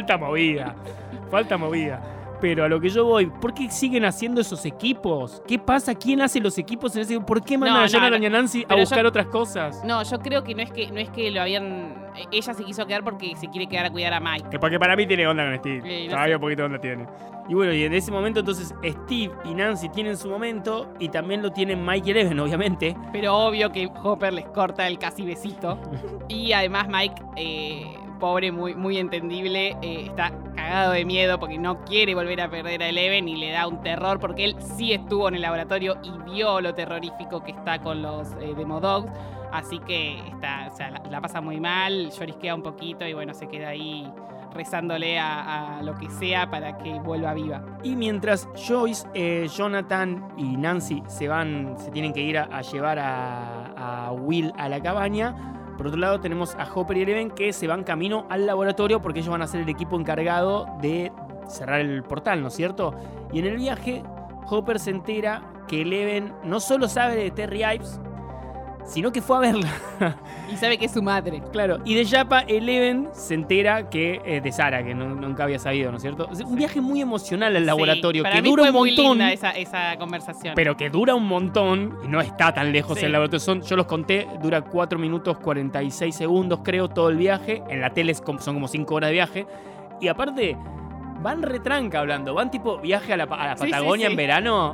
Speaker 6: Falta movida. Pero a lo que yo voy, ¿por qué siguen haciendo esos equipos? ¿Qué pasa? ¿Quién hace los equipos en ese? ¿Por qué mandan a Jonathan y a Nancy a buscar otras cosas?
Speaker 7: No, yo creo que no es que lo habían... Ella se quiso quedar porque se quiere quedar a cuidar a Mike.
Speaker 6: Porque para mí tiene onda con Steve. Todavía un poquito de onda tiene. Y bueno, y en ese momento entonces Steve y Nancy tienen su momento y también lo tienen Mike y Eleven, obviamente.
Speaker 7: Pero obvio que Hopper les corta el casi besito. Y además Mike... pobre, muy entendible, está cagado de miedo porque no quiere volver a perder a Eleven y le da un terror porque él sí estuvo en el laboratorio y vio lo terrorífico que está con los Demodogs, así que la pasa muy mal, llorisquea un poquito y bueno, se queda ahí rezándole a lo que sea para que vuelva viva.
Speaker 6: Y mientras Joyce, Jonathan y Nancy se tienen que ir a llevar a Will a la cabaña. Por otro lado tenemos a Hopper y Eleven que se van camino al laboratorio porque ellos van a ser el equipo encargado de cerrar el portal, ¿no es cierto? Y en el viaje Hopper se entera que Eleven no solo sabe de Terry Ives, sino que fue a verla.
Speaker 7: Y sabe que es su madre.
Speaker 6: Claro, y de Yapa Eleven se entera que de Sara, que nunca había sabido, ¿no es cierto? Un viaje muy emocional al laboratorio,
Speaker 7: para
Speaker 6: que
Speaker 7: mí
Speaker 6: dura
Speaker 7: fue
Speaker 6: un montón.
Speaker 7: Muy linda esa conversación.
Speaker 6: Pero que dura un montón y no está tan lejos el laboratorio. Yo los conté, dura 4 minutos 46 segundos, creo, todo el viaje. En la tele son como 5 horas de viaje. Y aparte... van retranca hablando, van tipo viaje a la Patagonia en verano.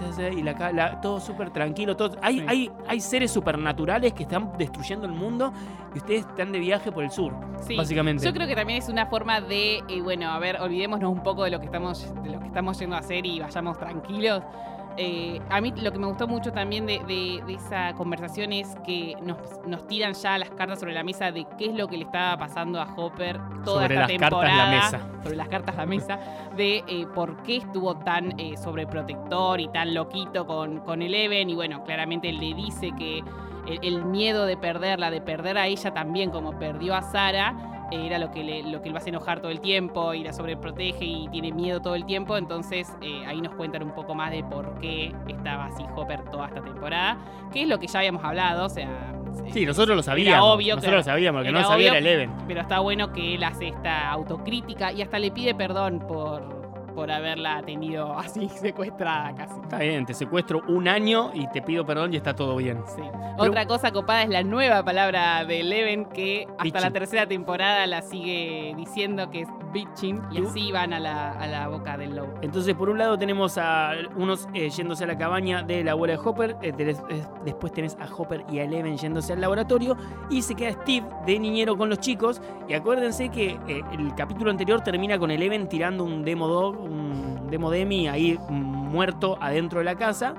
Speaker 6: Y todo súper tranquilo. Hay seres supernaturales que están destruyendo el mundo y ustedes están de viaje por el sur, básicamente.
Speaker 7: Yo creo que también es una forma de, olvidémonos un poco de lo que estamos yendo a hacer y vayamos tranquilos. A mí lo que me gustó mucho también de esa conversación es que nos tiran ya las cartas sobre la mesa de qué es lo que le estaba pasando a Hopper toda
Speaker 6: Sobre
Speaker 7: esta
Speaker 6: las
Speaker 7: temporada.
Speaker 6: cartas la mesa.
Speaker 7: Sobre las cartas la mesa. De por qué estuvo tan sobreprotector y tan loquito con Eleven. Y bueno, claramente le dice que el miedo de perderla, de perder a ella también como perdió a Sarah, era lo que lo hace enojar todo el tiempo y la sobreprotege y tiene miedo todo el tiempo. Entonces ahí nos cuentan un poco más de por qué estaba así Hopper toda esta temporada, que es lo que ya habíamos hablado, o sea...
Speaker 6: Sí, nosotros lo sabíamos.
Speaker 7: Era obvio,
Speaker 6: nosotros
Speaker 7: claro.
Speaker 6: lo sabíamos, lo que
Speaker 7: Era
Speaker 6: no sabía
Speaker 7: obvio,
Speaker 6: era Eleven.
Speaker 7: Pero está bueno que él hace esta autocrítica y hasta le pide perdón por haberla tenido así secuestrada casi.
Speaker 6: Está bien, te secuestro un año y te pido perdón y está todo bien.
Speaker 7: Sí. Otra cosa copada es la nueva palabra de Eleven que hasta
Speaker 6: Bitching.
Speaker 7: la tercera temporada la sigue diciendo, que es bitching, y así van a la boca del lobo.
Speaker 6: Entonces, por un lado tenemos a unos yéndose a la cabaña de la abuela de Hopper, después tenés a Hopper y a Eleven yéndose al laboratorio, y se queda Steve de niñero con los chicos. Y acuérdense que el capítulo anterior termina con Eleven tirando un demo dog, un demo demi ahí muerto adentro de la casa.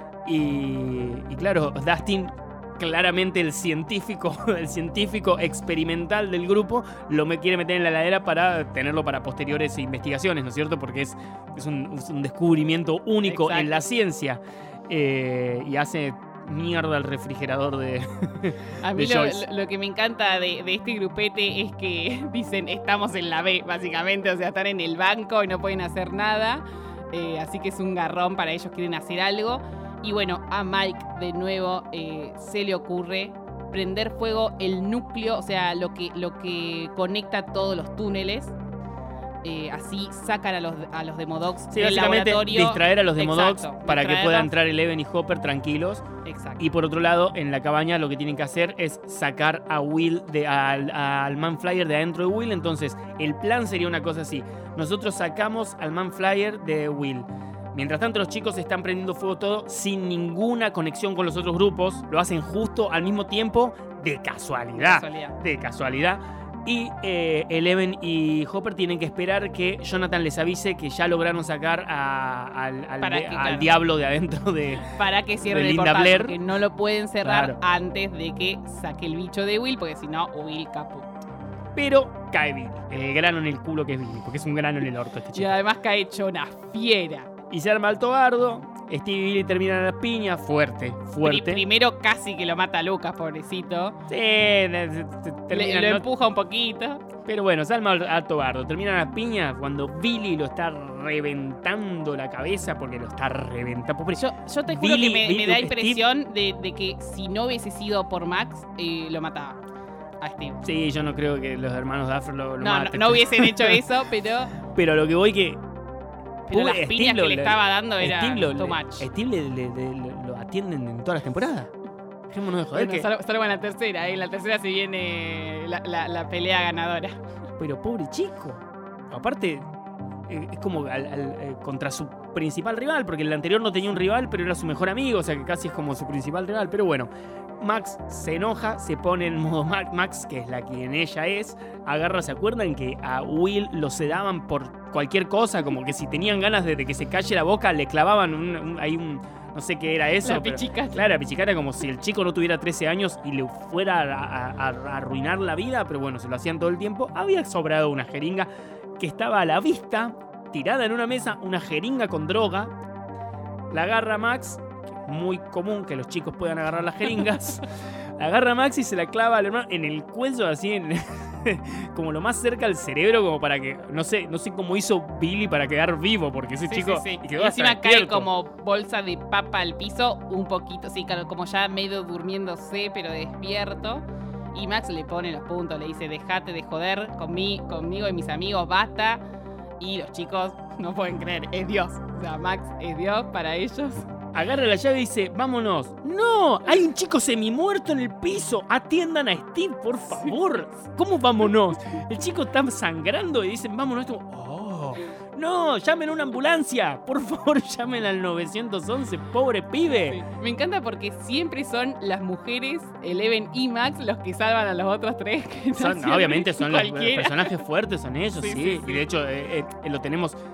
Speaker 6: Y claro, Dustin, claramente el científico experimental del grupo, me quiere meter en la heladera para tenerlo para posteriores investigaciones, ¿no es cierto? Porque es un descubrimiento único.
Speaker 7: Exacto.
Speaker 6: En la ciencia. Y hace mierda el refrigerador de
Speaker 7: A mí
Speaker 6: de Joyce.
Speaker 7: lo que me encanta de este grupete es que dicen estamos en la B, básicamente, o sea, están en el banco y no pueden hacer nada, así que es un garrón para ellos, quieren hacer algo. Y bueno, a Mike de nuevo se le ocurre prender fuego el núcleo, o sea, lo que conecta todos los túneles. Así sacan a los Demodogs
Speaker 6: Sí,
Speaker 7: del
Speaker 6: básicamente
Speaker 7: laboratorio.
Speaker 6: distraer a los Demodogs
Speaker 7: Exacto,
Speaker 6: para que
Speaker 7: distraerlos.
Speaker 6: puedan entrar Eleven y Hopper tranquilos.
Speaker 7: Exacto.
Speaker 6: Y por otro lado, en la cabaña lo que tienen que hacer es sacar a Will, al Man Flyer de adentro de Will. Entonces, el plan sería una cosa así. Nosotros sacamos al Man Flyer de Will. Mientras tanto, los chicos están prendiendo fuego todo sin ninguna conexión con los otros grupos. Lo hacen justo al mismo tiempo, de casualidad. De casualidad. Y Eleven y Hopper tienen que esperar que Jonathan les avise que ya lograron sacar al diablo de adentro de
Speaker 7: para que cierren
Speaker 6: de
Speaker 7: el
Speaker 6: Linda
Speaker 7: portal,
Speaker 6: Blair.
Speaker 7: porque no lo pueden cerrar
Speaker 6: Claro.
Speaker 7: antes de que saque el bicho de Will, porque si no, Will caput.
Speaker 6: Pero cae Billy, el grano en el culo que es Billy, porque es un grano en el orto este
Speaker 7: Y
Speaker 6: chico.
Speaker 7: además cae hecho una fiera.
Speaker 6: Y se arma alto bardo. Steve y Billy terminan a las piñas. Fuerte.
Speaker 7: Primero casi que lo mata a Lucas, pobrecito.
Speaker 6: Sí,
Speaker 7: Lo empuja un poquito.
Speaker 6: Pero bueno, se arma alto bardo. Terminan a las piñas cuando Billy lo está reventando la cabeza, porque lo está reventando. Pobre.
Speaker 7: Yo te juro
Speaker 6: Billy-
Speaker 7: que me da
Speaker 6: Steve-
Speaker 7: impresión de que si no hubiese sido por Max, lo mataba a Steve.
Speaker 6: Sí, yo no creo que los hermanos Duffer lo
Speaker 7: No
Speaker 6: maten.
Speaker 7: hubiesen hecho eso, pero
Speaker 6: Pero lo que voy que...
Speaker 7: las
Speaker 6: Steve
Speaker 7: piñas que le estaba dando era too much.
Speaker 6: Steve lo atienden en todas las temporadas. Dejémonos de joder.
Speaker 7: Bueno, salvo en la tercera. En la tercera se viene la pelea ganadora.
Speaker 6: Pero pobre chico. Aparte, es como contra su principal rival, porque el anterior no tenía un rival, pero era su mejor amigo, o sea que casi es como su principal rival. Pero bueno, Max se enoja, se pone en modo Max, que es la quien ella es, agarra, ¿se acuerdan que a Will lo sedaban por cualquier cosa? Como que si tenían ganas de que se calle la boca, le clavaban ahí un no sé qué era eso.
Speaker 7: La
Speaker 6: pero-
Speaker 7: pichicata.
Speaker 6: Claro, la pichicata, como si el chico no tuviera 13 años y le fuera a arruinar la vida, pero bueno, se lo hacían todo el tiempo. Había sobrado una jeringa que estaba a la vista, tirada en una mesa, una jeringa con droga. La agarra Max, que es muy común que los chicos puedan agarrar las jeringas. La agarra Max y se la clava al hermano en el cuello, así como lo más cerca al cerebro, como para que, no sé cómo hizo Billy para quedar vivo, porque ese chico
Speaker 7: Sí.
Speaker 6: quedó
Speaker 7: Y
Speaker 6: hasta
Speaker 7: encima cae
Speaker 6: despierto.
Speaker 7: como bolsa de papa al piso, un poquito, sí, claro, como ya medio durmiéndose, pero despierto. Y Max le pone los puntos, le dice, dejate de joder conmigo y mis amigos, basta. Y los chicos no pueden creer, es Dios. O sea, Max es Dios para ellos.
Speaker 6: Agarra la llave y dice, vámonos. ¡No! Hay un chico semimuerto en el piso. Atiendan a Steve, por favor. ¿Cómo vámonos? El chico está sangrando y dicen, vámonos. ¡Oh! ¡No! ¡Llamen a una ambulancia! Por favor, llamen al 911, pobre pibe.
Speaker 7: Sí. Me encanta porque siempre son las mujeres, Eleven y Max, los que salvan a los otros tres. Que
Speaker 6: Obviamente son los
Speaker 7: cualquiera.
Speaker 6: personajes fuertes, son ellos, sí.
Speaker 7: Sí.
Speaker 6: Y de hecho lo tenemos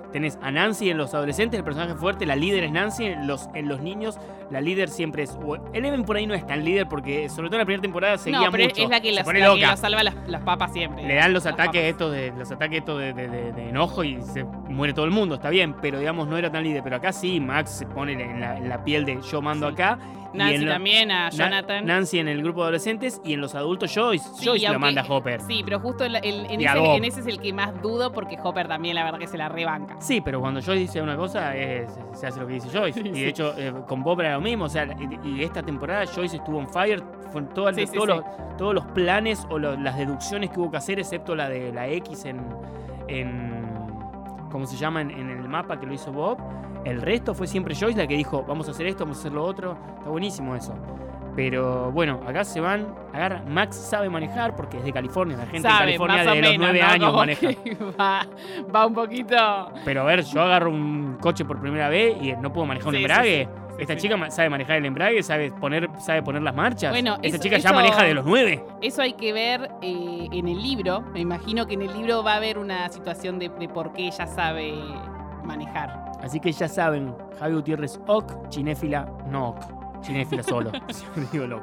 Speaker 6: tenés a Nancy en los adolescentes, el personaje fuerte, la líder es Nancy, en los niños la líder siempre es... Eleven por ahí no es tan líder porque sobre todo en la primera temporada seguía
Speaker 7: no, pero
Speaker 6: mucho.
Speaker 7: es la que
Speaker 6: se
Speaker 7: la
Speaker 6: pone
Speaker 7: que
Speaker 6: loca.
Speaker 7: salva las papas siempre.
Speaker 6: Le dan los
Speaker 7: Las
Speaker 6: ataques
Speaker 7: papas.
Speaker 6: estos de enojo y se muere todo el mundo, está bien, pero digamos no era tan líder. Pero acá sí, Max se pone en la piel de yo mando
Speaker 7: Sí.
Speaker 6: acá.
Speaker 7: Nancy también, a Jonathan.
Speaker 6: Nancy en el grupo de adolescentes y en los adultos Joyce.
Speaker 7: Sí,
Speaker 6: Joyce
Speaker 7: aunque-
Speaker 6: lo manda a Hopper.
Speaker 7: Sí, pero justo en
Speaker 6: Y a Bob.
Speaker 7: ese es el que más dudo porque Hopper también la verdad que se la rebanca.
Speaker 6: Sí, pero cuando Joyce dice una cosa, se hace lo que dice Joyce. Y de hecho, con Bob era lo mismo. O sea, y esta temporada Joyce estuvo on fire. Fue todos los planes o las deducciones que hubo que hacer, excepto la de la X en ¿cómo se llama? En el mapa que lo hizo Bob. El resto fue siempre Joyce la que dijo, vamos a hacer esto, vamos a hacer lo otro. Está buenísimo eso. Pero bueno, acá se van, agarra. Max sabe manejar porque es de California. La gente
Speaker 7: Sabe,
Speaker 6: de California
Speaker 7: más o
Speaker 6: de los
Speaker 7: menos,
Speaker 6: 9
Speaker 7: ¿no?
Speaker 6: años
Speaker 7: Como
Speaker 6: maneja.
Speaker 7: que va un poquito...
Speaker 6: Pero a ver, yo agarro un coche por primera vez y no puedo manejar un
Speaker 7: Sí,
Speaker 6: embrague.
Speaker 7: sí, sí,
Speaker 6: Esta
Speaker 7: sí.
Speaker 6: chica sabe manejar el embrague, sabe poner las marchas.
Speaker 7: Bueno,
Speaker 6: Esta
Speaker 7: eso-
Speaker 6: chica ya
Speaker 7: eso-
Speaker 6: maneja de los 9.
Speaker 7: Eso hay que ver en el libro. Me imagino que en el libro va a haber una situación de por qué ella sabe manejar.
Speaker 6: Así que ya saben, Javi Gutiérrez ok, cinéfila no ok. Cinéfila solo, siempre digo loc.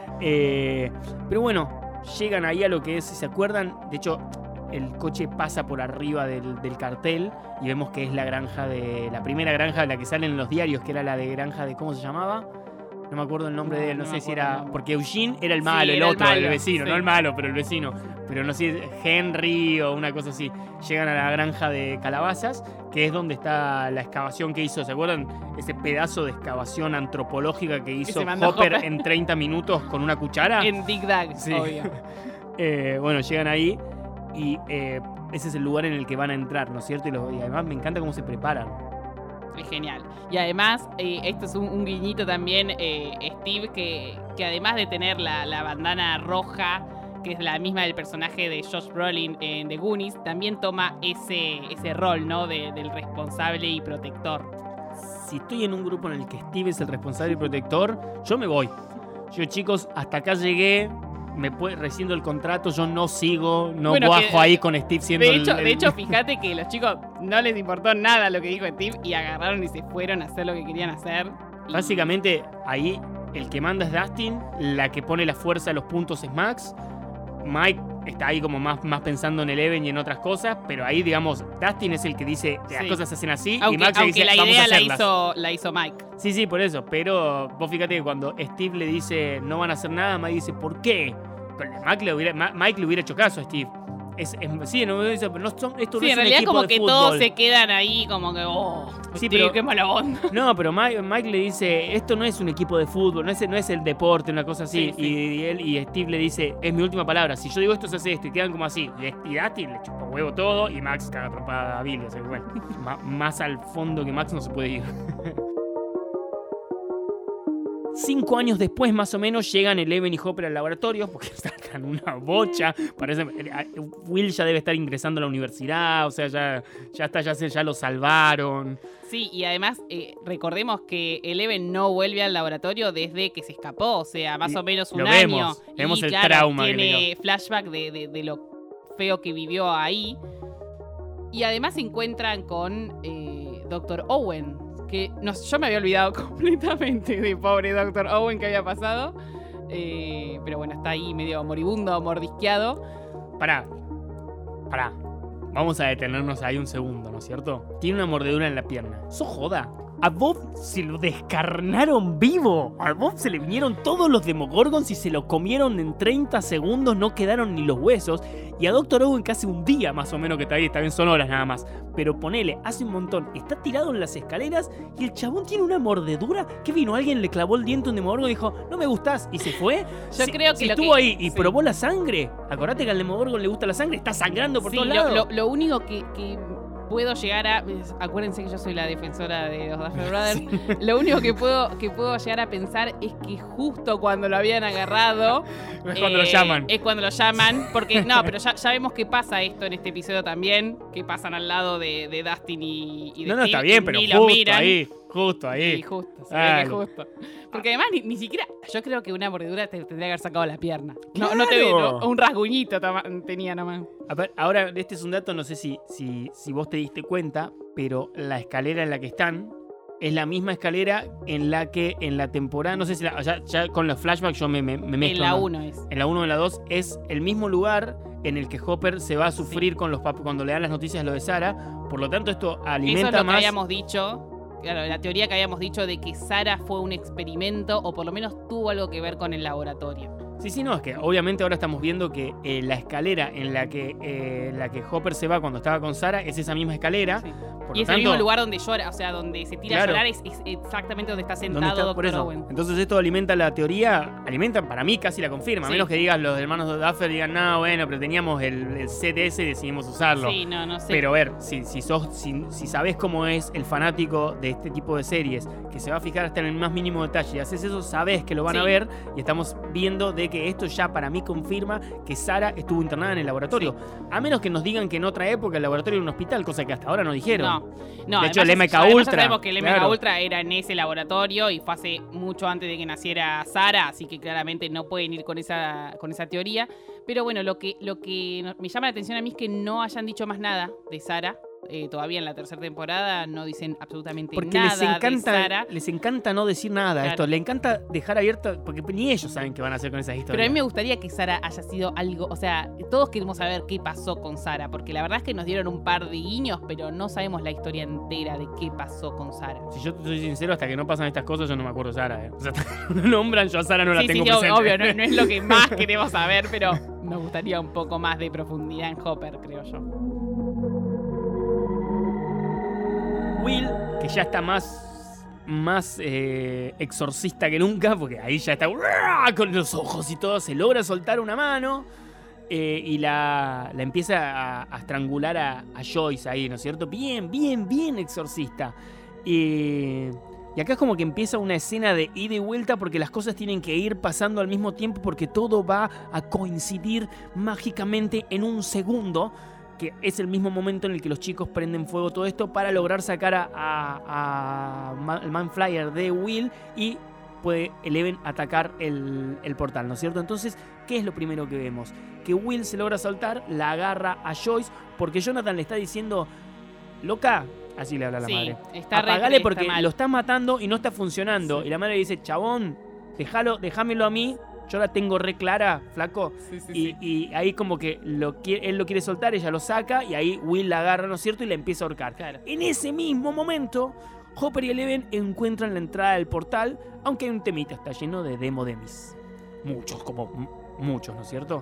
Speaker 6: Pero bueno, llegan ahí a lo que es, si se acuerdan, de hecho, el coche pasa por arriba del cartel y vemos que es la primera granja de la que salen en los diarios, que era la de granja de, ¿cómo se llamaba? No me acuerdo el nombre de él, no sé si era... Porque Eugene era el malo,
Speaker 7: Sí,
Speaker 6: el
Speaker 7: era el
Speaker 6: otro, el
Speaker 7: malo,
Speaker 6: vecino,
Speaker 7: sí.
Speaker 6: no el malo, pero el vecino. Pero no sé, Henry o una cosa así. Llegan a la granja de calabazas, que es donde está la excavación que hizo, ¿se acuerdan? Ese pedazo de excavación antropológica que hizo
Speaker 7: se mandó
Speaker 6: Hopper
Speaker 7: Hopper.
Speaker 6: en 30 minutos con una cuchara.
Speaker 7: En Dig Dug,
Speaker 6: Sí.
Speaker 7: obvio.
Speaker 6: Bueno, llegan ahí y ese es el lugar en el que van a entrar, ¿no es cierto? Y además me encanta cómo se preparan.
Speaker 7: Es genial. Y además, esto es un guiñito también, Steve, que además de tener la bandana roja, que es la misma del personaje de Josh Brolin en The Goonies, también toma ese rol, ¿no? Del responsable y protector.
Speaker 6: Si estoy en un grupo en el que Steve es el responsable y protector, yo me voy. Yo, chicos, hasta acá llegué, rescindo el contrato, yo no sigo, no
Speaker 7: Bueno,
Speaker 6: bajo
Speaker 7: que-
Speaker 6: ahí con Steve siendo
Speaker 7: De hecho, fíjate que los chicos no les importó nada lo que dijo Steve y agarraron y se fueron a hacer lo que querían hacer. Y-
Speaker 6: Básicamente, ahí el que manda es Dustin, la que pone la fuerza a los puntos es Max. Mike está ahí como más pensando en Eleven y en otras cosas, pero ahí, digamos, Dustin es el que dice las
Speaker 7: Sí.
Speaker 6: cosas se hacen así y
Speaker 7: Aunque,
Speaker 6: Max
Speaker 7: aunque
Speaker 6: dice
Speaker 7: la
Speaker 6: vamos a
Speaker 7: idea
Speaker 6: hacerlas.
Speaker 7: la hizo Mike.
Speaker 6: Sí, por eso, pero vos fíjate que cuando Steve le dice no van a hacer nada, Mike dice ¿por qué? Pero Mike le hubiera hecho caso a Steve. Sí, no me dice, pero esto no
Speaker 7: Sí,
Speaker 6: es
Speaker 7: en
Speaker 6: un
Speaker 7: realidad
Speaker 6: equipo
Speaker 7: como
Speaker 6: de
Speaker 7: que
Speaker 6: fútbol.
Speaker 7: todos se quedan ahí como que,
Speaker 6: Sí,
Speaker 7: Steve,
Speaker 6: pero-
Speaker 7: qué mala onda.
Speaker 6: No, pero Mike le dice, esto no es un equipo de fútbol, no es el deporte, una cosa así.
Speaker 7: Sí, sí.
Speaker 6: Y Steve le dice, es mi última palabra, si yo digo esto se hace esto, y quedan como así. Y Dustin le chupa huevo todo y Max caga trompada a Billy. O sea, que bueno, más al fondo que Max no se puede ir. 5 años después, más o menos, llegan Eleven y Hopper al laboratorio porque sacan una bocha. Parece, Will ya debe estar ingresando a la universidad, o sea, ya lo salvaron.
Speaker 7: Sí, y además recordemos que Eleven no vuelve al laboratorio desde que se escapó, o sea, más
Speaker 6: Y
Speaker 7: o menos un
Speaker 6: lo
Speaker 7: año.
Speaker 6: vemos
Speaker 7: y
Speaker 6: el
Speaker 7: claro,
Speaker 6: trauma que
Speaker 7: tiene flashback de lo feo que vivió ahí. Y además se encuentran con Dr. Owen, que yo me había olvidado completamente de pobre Dr. Owen que había pasado. Pero bueno, está ahí medio moribundo, mordisqueado.
Speaker 6: Pará. Vamos a detenernos ahí un segundo, ¿no es cierto? Tiene una mordedura en la pierna. ¡Eso joda! A Bob se lo descarnaron vivo. A Bob se le vinieron todos los Demogorgons y se lo comieron en 30 segundos. No quedaron ni los huesos. Y a Dr. Owen que hace un día más o menos que está ahí. Está bien, son horas nada más. Pero ponele, hace un montón. Está tirado en las escaleras y el chabón tiene una mordedura. ¿Qué vino? Alguien le clavó el diente a un Demogorgon y dijo, no me gustás. Y se fue.
Speaker 7: Yo creo que
Speaker 6: si
Speaker 7: lo
Speaker 6: estuvo
Speaker 7: que-
Speaker 6: ahí y
Speaker 7: sí.
Speaker 6: probó la sangre. Acordate que al Demogorgon le gusta la sangre. Está sangrando por
Speaker 7: Sí,
Speaker 6: todos lados.
Speaker 7: lo único que puedo llegar a... Acuérdense que yo soy la defensora de los Duffer Brothers. Lo único que puedo llegar a pensar es que justo cuando lo habían agarrado...
Speaker 6: Es cuando lo llaman.
Speaker 7: Es cuando lo llaman. Porque, no, pero ya vemos que pasa esto en este episodio también. Que pasan al lado de Dustin y de
Speaker 6: No,
Speaker 7: Steve,
Speaker 6: está bien, pero
Speaker 7: ni lo miran.
Speaker 6: justo ahí.
Speaker 7: Sí, justo, se ve
Speaker 6: Dale.
Speaker 7: que justo. Porque además ni siquiera... Yo creo que una mordedura te tendría que haber sacado la pierna. No
Speaker 6: Claro.
Speaker 7: un rasguñito tenía nomás.
Speaker 6: A ver, ahora, este es un dato, no sé si vos te diste cuenta, pero la escalera en la que están es la misma escalera en la que en la temporada, no sé si ya con los flashbacks yo me mezclo.
Speaker 7: En la 1 es.
Speaker 6: En la 1 o en la 2 es el mismo lugar en el que Hopper se va a sufrir con los cuando le dan las noticias lo de Sarah. Por lo tanto, esto alimenta
Speaker 7: Eso es lo
Speaker 6: más.
Speaker 7: que habíamos dicho. Claro, la teoría que habíamos dicho de que Sarah fue un experimento o por lo menos tuvo algo que ver con el laboratorio.
Speaker 6: Sí, no, es que obviamente ahora estamos viendo que la escalera en la que Hopper se va cuando estaba con Sarah es esa misma escalera.
Speaker 7: Sí.
Speaker 6: Por
Speaker 7: Y
Speaker 6: lo
Speaker 7: es
Speaker 6: tanto,
Speaker 7: el mismo lugar donde llora, o sea, donde se tira
Speaker 6: Claro.
Speaker 7: a llorar es exactamente donde está
Speaker 6: ¿dónde
Speaker 7: sentado
Speaker 6: está? Por
Speaker 7: Dr.
Speaker 6: eso.
Speaker 7: Owen.
Speaker 6: Entonces esto alimenta la teoría, para mí casi la confirma. A
Speaker 7: Sí.
Speaker 6: menos que digas los hermanos de Duffer digan, no, bueno, pero teníamos el set ese y decidimos usarlo.
Speaker 7: Sí, no sé.
Speaker 6: Pero a ver, si sabés cómo es el fanático de este tipo de series, que se va a fijar hasta en el más mínimo detalle, y haces eso, sabés que lo van a
Speaker 7: Sí.
Speaker 6: ver, y estamos viendo de que esto ya para mí confirma que Sarah estuvo internada en el laboratorio. A menos que nos digan que en otra época el laboratorio era un hospital, cosa que hasta ahora no dijeron.
Speaker 7: No,
Speaker 6: De hecho,
Speaker 7: además
Speaker 6: el MK
Speaker 7: además
Speaker 6: Ultra,
Speaker 7: Ya sabemos que el MK
Speaker 6: claro.
Speaker 7: Ultra era en ese laboratorio y fue hace mucho antes de que naciera Sarah, así que claramente no pueden ir con esa teoría. Pero bueno, lo que me llama la atención a mí es que no hayan dicho más nada de Sarah. Todavía en la tercera temporada no dicen absolutamente
Speaker 6: Porque
Speaker 7: nada de Sarah.
Speaker 6: les encanta no decir nada
Speaker 7: Claro.
Speaker 6: esto. Les encanta dejar abierto, porque ni ellos saben qué van a hacer con esas historias.
Speaker 7: Pero a mí me gustaría que Sarah haya sido algo, o sea, todos queremos saber qué pasó con Sarah, porque la verdad es que nos dieron un par de guiños, pero no sabemos la historia entera de qué pasó con Sarah.
Speaker 6: Si yo te soy sincero, hasta que no pasan estas cosas, yo no me acuerdo de Sarah. O sea, hasta que no nombran, yo a Sarah no la
Speaker 7: Sí,
Speaker 6: tengo
Speaker 7: sí,
Speaker 6: presente.
Speaker 7: obvio, no es lo que más queremos saber, pero nos gustaría un poco más de profundidad en Hopper, creo yo.
Speaker 6: Will, que ya está más exorcista que nunca, porque ahí ya está con los ojos y todo, se logra soltar una mano y la empieza a estrangular a Joyce ahí, ¿no es cierto? Bien exorcista. Y acá es como que empieza una escena de ida y vuelta porque las cosas tienen que ir pasando al mismo tiempo porque todo va a coincidir mágicamente en un segundo, que es el mismo momento en el que los chicos prenden fuego todo esto para lograr sacar al Man-Flyer de Will y puede Eleven atacar el portal, ¿no es cierto? Entonces, ¿qué es lo primero que vemos? Que Will se logra saltar, la agarra a Joyce porque Jonathan le está diciendo, loca, así le habla la
Speaker 7: Sí,
Speaker 6: madre,
Speaker 7: está
Speaker 6: apagale
Speaker 7: está
Speaker 6: porque
Speaker 7: mal.
Speaker 6: lo estás matando y no está funcionando.
Speaker 7: Sí.
Speaker 6: Y la madre le dice, chabón, déjamelo a mí, yo la tengo re clara, flaco. Y ahí como que él lo quiere soltar, ella lo saca y ahí Will la agarra, ¿no es cierto? Y la empieza a ahorcar.
Speaker 7: Claro.
Speaker 6: En ese mismo momento, Hopper y Eleven encuentran la entrada del portal, aunque hay un temita, está lleno de demis. Muchos, ¿no es cierto?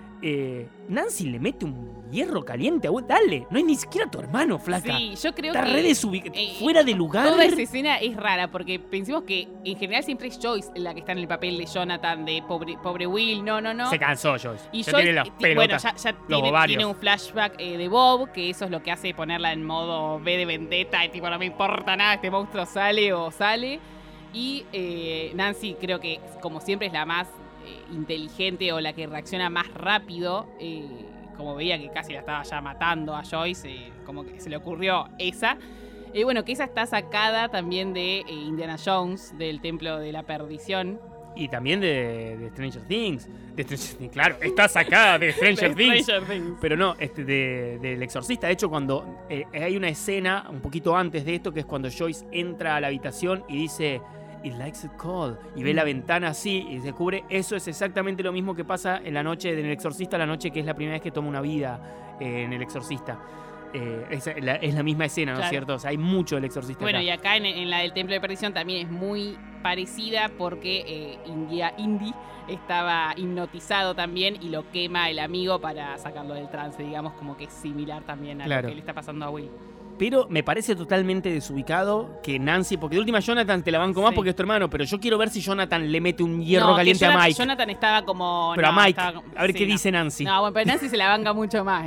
Speaker 6: Nancy le mete un hierro caliente a Will. Dale, no es ni siquiera tu hermano, flaca.
Speaker 7: Sí, yo creo
Speaker 6: Está
Speaker 7: que
Speaker 6: re fuera de lugar.
Speaker 7: toda esa escena es rara porque pensemos que en general siempre es Joyce la que está en el papel de Jonathan, de pobre Will, no.
Speaker 6: Se cansó Joyce.
Speaker 7: Y
Speaker 6: ya
Speaker 7: Joyce,
Speaker 6: tiene las
Speaker 7: bueno,
Speaker 6: pelotas,
Speaker 7: ya
Speaker 6: los ovarios.
Speaker 7: tiene un flashback de Bob, que eso es lo que hace ponerla en modo V de vendetta, y tipo, no me importa nada, este monstruo sale. Y Nancy creo que, como siempre, es la más inteligente o la que reacciona más rápido. Como veía que casi la estaba ya matando a Joyce, como que se le ocurrió esa. Bueno, que esa está sacada también de Indiana Jones, del Templo de la Perdición.
Speaker 6: Y también de Stranger Things. Claro, está sacada de Stranger Things. Pero no, del Exorcista. De hecho, cuando hay una escena un poquito antes de esto, que es cuando Joyce entra a la habitación y dice, "It likes it cold", y ve la ventana así y se cubre. Eso es exactamente lo mismo que pasa en la noche del Exorcista, la noche que es la primera vez que toma una vida en el Exorcista. Es la misma escena, ¿no es
Speaker 7: Claro.
Speaker 6: cierto? O sea, hay mucho del Exorcista.
Speaker 7: Bueno,
Speaker 6: acá.
Speaker 7: y acá en la del Templo de Perdición también es muy parecida porque Indy estaba hipnotizado también y lo quema el amigo para sacarlo del trance, digamos, como que es similar también a
Speaker 6: Claro.
Speaker 7: lo que le está pasando a Will.
Speaker 6: Pero me parece totalmente desubicado que Nancy, porque de última Jonathan te la banco más
Speaker 7: Sí.
Speaker 6: porque es tu hermano, pero yo quiero ver si Jonathan le mete un hierro
Speaker 7: No, que
Speaker 6: caliente a Mike.
Speaker 7: Jonathan estaba como...
Speaker 6: Pero
Speaker 7: no,
Speaker 6: a Mike,
Speaker 7: estaba-
Speaker 6: a ver
Speaker 7: sí,
Speaker 6: qué
Speaker 7: no.
Speaker 6: dice Nancy.
Speaker 7: No, bueno, pero Nancy se la banca mucho más,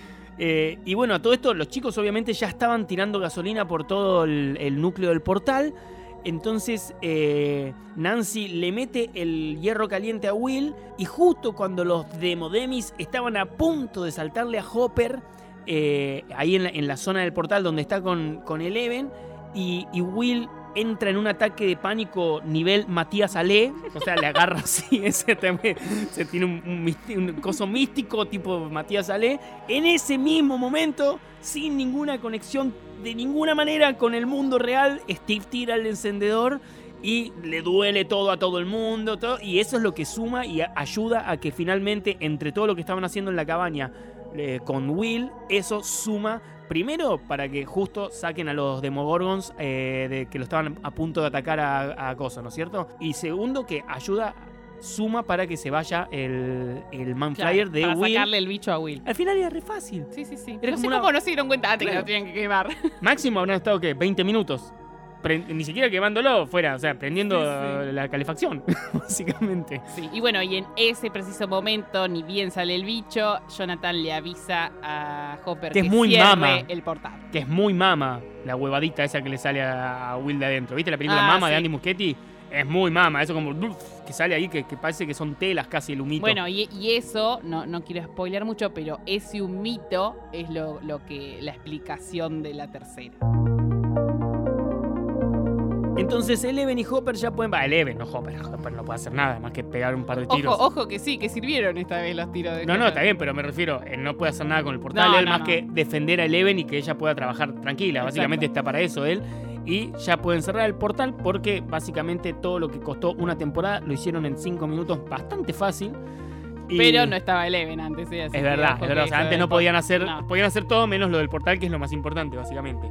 Speaker 6: Y bueno, a todo esto, los chicos obviamente ya estaban tirando gasolina por todo el núcleo del portal. Entonces Nancy le mete el hierro caliente a Will. Y justo cuando los demodemis estaban a punto de saltarle a Hopper, ahí en la zona del portal donde está con Eleven, y Will entra en un ataque de pánico nivel Matías Ale, o sea, le agarra así, ese también, se tiene un coso místico tipo Matías Ale. En ese mismo momento, sin ninguna conexión de ninguna manera con el mundo real, Steve tira el encendedor y le duele todo a todo el mundo, todo, y eso es lo que suma y ayuda a que finalmente, entre todo lo que estaban haciendo en la cabaña con Will, eso suma. Primero, para que justo saquen a los Demogorgons que lo estaban a punto de atacar a Cosa, ¿no es cierto? Y segundo, que suma para que se vaya el Manflyer de
Speaker 7: para
Speaker 6: Will.
Speaker 7: Sacarle el bicho a Will.
Speaker 6: Al final era re fácil.
Speaker 7: Sí.
Speaker 6: Era
Speaker 7: No sé
Speaker 6: como
Speaker 7: cómo no se dieron cuenta antes
Speaker 6: Claro.
Speaker 7: que lo tenían que quemar.
Speaker 6: Máximo habrán estado, ¿qué? 20 minutos. Ni siquiera quemándolo fuera, o sea, prendiendo
Speaker 7: Sí.
Speaker 6: la calefacción, básicamente.
Speaker 7: Sí, y bueno, y en ese preciso momento, ni bien sale el bicho, Jonathan le avisa a Hopper
Speaker 6: Que
Speaker 7: que
Speaker 6: es muy
Speaker 7: cierre
Speaker 6: mama.
Speaker 7: el portal.
Speaker 6: Que es muy mama la huevadita esa que le sale a Will de adentro. ¿Viste la película Mama
Speaker 7: sí.
Speaker 6: de Andy Muschietti? Es muy mama, eso como que sale ahí, que parece que son telas casi el humito.
Speaker 7: Bueno, y eso, no quiero spoilear mucho, pero ese humito es la explicación de la tercera.
Speaker 6: Entonces Eleven y Hopper ya pueden... Eleven, no Hopper. Hopper no puede hacer nada más que pegar un par de tiros.
Speaker 7: Ojo que sí, que sirvieron esta vez los tiros de
Speaker 6: No,
Speaker 7: Hopper.
Speaker 6: está bien, pero me refiero, él no puede hacer nada con el portal,
Speaker 7: No,
Speaker 6: él
Speaker 7: no,
Speaker 6: más
Speaker 7: no.
Speaker 6: que defender a Eleven y que ella pueda trabajar tranquila.
Speaker 7: Exacto.
Speaker 6: Básicamente está para eso él. Y ya pueden cerrar el portal porque básicamente todo lo que costó una temporada lo hicieron en 5 minutos bastante fácil. Y
Speaker 7: Pero no estaba Eleven antes, ¿sí? Así
Speaker 6: es
Speaker 7: que
Speaker 6: verdad,
Speaker 7: ojo
Speaker 6: es verdad. O
Speaker 7: que
Speaker 6: sea,
Speaker 7: eso
Speaker 6: antes no
Speaker 7: del
Speaker 6: podían
Speaker 7: portal-
Speaker 6: podían hacer todo menos lo del portal, que es lo más importante, básicamente.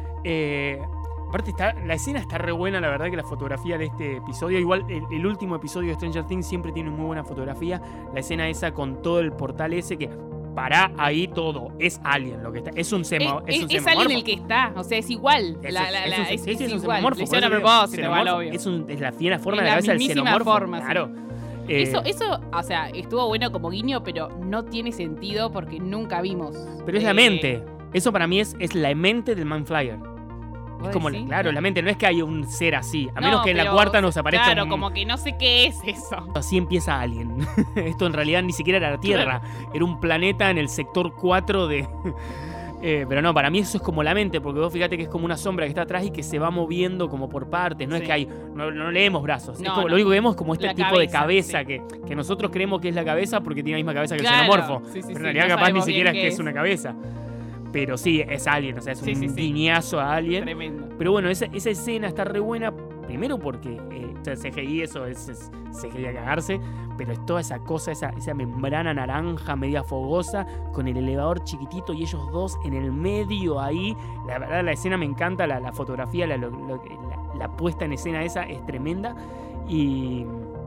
Speaker 6: Aparte, la escena está re buena, la verdad que la fotografía de este episodio, igual el último episodio de Stranger Things siempre tiene muy buena fotografía. La escena esa con todo el portal ese que para ahí todo. Es Alien lo que está. Es un
Speaker 7: Es
Speaker 6: semamorfo.
Speaker 7: alguien el que está, o sea, es igual.
Speaker 6: Es
Speaker 7: Es
Speaker 6: un
Speaker 7: igual.
Speaker 6: xenomorfo.
Speaker 7: Lo hicieron a propósito, igual,
Speaker 6: Xenomorfo.
Speaker 7: obvio.
Speaker 6: Es la fiera forma
Speaker 7: En
Speaker 6: de la
Speaker 7: la
Speaker 6: cabeza del
Speaker 7: mismísima
Speaker 6: xenomorfo.
Speaker 7: forma, sí.
Speaker 6: Claro.
Speaker 7: Eso, o sea, estuvo bueno como guiño, pero no tiene sentido porque nunca vimos.
Speaker 6: Pero es la mente. Eso para mí es la mente del Manflyer. Es
Speaker 7: ¿Vos
Speaker 6: como,
Speaker 7: decís?
Speaker 6: claro, la mente. No es que haya un ser así. A
Speaker 7: No,
Speaker 6: menos que en la
Speaker 7: pero,
Speaker 6: cuarta nos aparezca
Speaker 7: Claro,
Speaker 6: un...
Speaker 7: como que no sé qué es eso.
Speaker 6: Así empieza Alien. Esto en realidad ni siquiera era la Tierra. Era un planeta en el sector 4 de... pero no, para mí eso es como la mente, porque vos fíjate que es como una sombra que está atrás y que se va moviendo como por partes. No
Speaker 7: Sí.
Speaker 6: es que hay... No leemos brazos.
Speaker 7: No,
Speaker 6: es como,
Speaker 7: no.
Speaker 6: Lo único que vemos es como este
Speaker 7: La
Speaker 6: tipo de
Speaker 7: cabeza,
Speaker 6: cabeza que nosotros creemos que es la cabeza porque tiene la misma cabeza que
Speaker 7: Claro.
Speaker 6: el xenomorfo.
Speaker 7: Sí, sí,
Speaker 6: pero en
Speaker 7: sí,
Speaker 6: realidad
Speaker 7: no
Speaker 6: capaz ni
Speaker 7: sabemos
Speaker 6: siquiera es
Speaker 7: bien
Speaker 6: que
Speaker 7: qué
Speaker 6: es
Speaker 7: es.
Speaker 6: una cabeza. Pero sí, es Alien, o sea, es
Speaker 7: Sí,
Speaker 6: un
Speaker 7: sí, sí.
Speaker 6: guiñazo a Alien.
Speaker 7: Tremendo.
Speaker 6: Pero bueno, esa escena está re buena. Primero porque o sea, CGI, eso es CGI a cagarse. Pero es toda esa cosa, esa membrana naranja media fogosa con el elevador chiquitito y ellos dos en el medio ahí. La verdad, la escena me encanta, la fotografía, la puesta en escena esa es tremenda. Y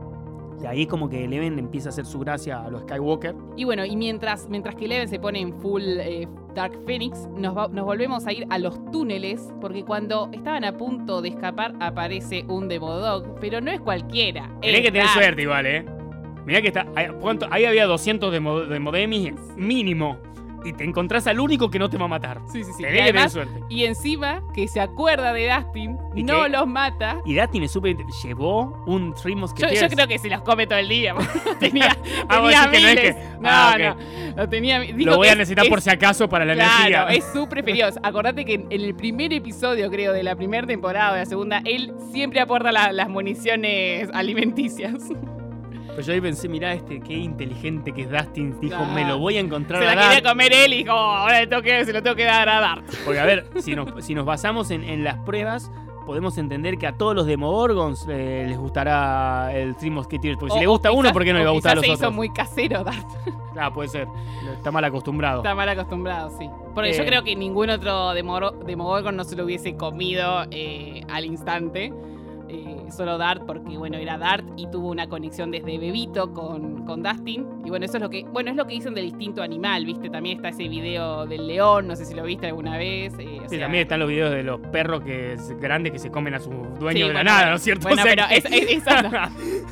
Speaker 6: ahí como que Eleven empieza a hacer su gracia a los Skywalker.
Speaker 7: Y bueno, y mientras que Eleven se pone en full Dark Phoenix, nos volvemos a ir a los túneles, porque cuando estaban a punto de escapar aparece un Demodog, pero no es cualquiera.
Speaker 6: Tenés
Speaker 7: es
Speaker 6: que tener
Speaker 7: Dark.
Speaker 6: suerte igual, Mirá que está. Ahí había 200 de Modemis mínimo. Y te encontrás al único que no te va a matar.
Speaker 7: Sí, sí, sí.
Speaker 6: Tenés
Speaker 7: Y
Speaker 6: que tener
Speaker 7: además,
Speaker 6: suerte.
Speaker 7: y encima, que se acuerda de Dustin,
Speaker 6: ¿Y
Speaker 7: no
Speaker 6: qué?
Speaker 7: los mata.
Speaker 6: Y Dustin es súper. Llevó un Three Musketeers.
Speaker 7: Yo creo que se los come todo el día. tenía
Speaker 6: vos
Speaker 7: tenía
Speaker 6: decís que no es
Speaker 7: miles.
Speaker 6: que-
Speaker 7: No,
Speaker 6: ok.
Speaker 7: no. Lo tenía.
Speaker 6: Lo
Speaker 7: dijo
Speaker 6: voy
Speaker 7: que
Speaker 6: a necesitar por si acaso para la
Speaker 7: Claro,
Speaker 6: energía.
Speaker 7: es su preferido. Acordate que en el primer episodio, creo, de la primera temporada o de la segunda, él siempre aporta las municiones alimenticias.
Speaker 6: Pues yo ahí pensé, mirá qué inteligente que es Dustin. Dijo,
Speaker 7: Claro.
Speaker 6: me lo voy a encontrar
Speaker 7: Se
Speaker 6: a
Speaker 7: la quería
Speaker 6: Dart.
Speaker 7: comer él y dijo, ahora se lo tengo que dar a Dart.
Speaker 6: Porque a ver, si nos basamos en las pruebas, podemos entender que a todos los Demogorgons les gustará el Three Musketeers. Porque si le gusta uno, ¿por qué no le va a gustar a los
Speaker 7: se
Speaker 6: otros?
Speaker 7: hizo muy casero Dart.
Speaker 6: Claro, puede ser. Está mal acostumbrado.
Speaker 7: Está mal acostumbrado, sí. Porque yo creo que ningún otro Demogorgon no se lo hubiese comido al instante. Solo Dart, porque bueno, era Dart y tuvo una conexión desde bebito con Dustin. Y bueno, eso es lo que dicen del instinto animal, ¿viste? También está ese video del león, no sé si lo viste alguna vez.
Speaker 6: Sí,
Speaker 7: o sea,
Speaker 6: también están los videos de los perros grandes que se comen a sus dueños
Speaker 7: sí,
Speaker 6: de la
Speaker 7: bueno,
Speaker 6: nada, ¿no es cierto?
Speaker 7: Bueno,
Speaker 6: O sea
Speaker 7: pero
Speaker 6: que-
Speaker 7: eso no.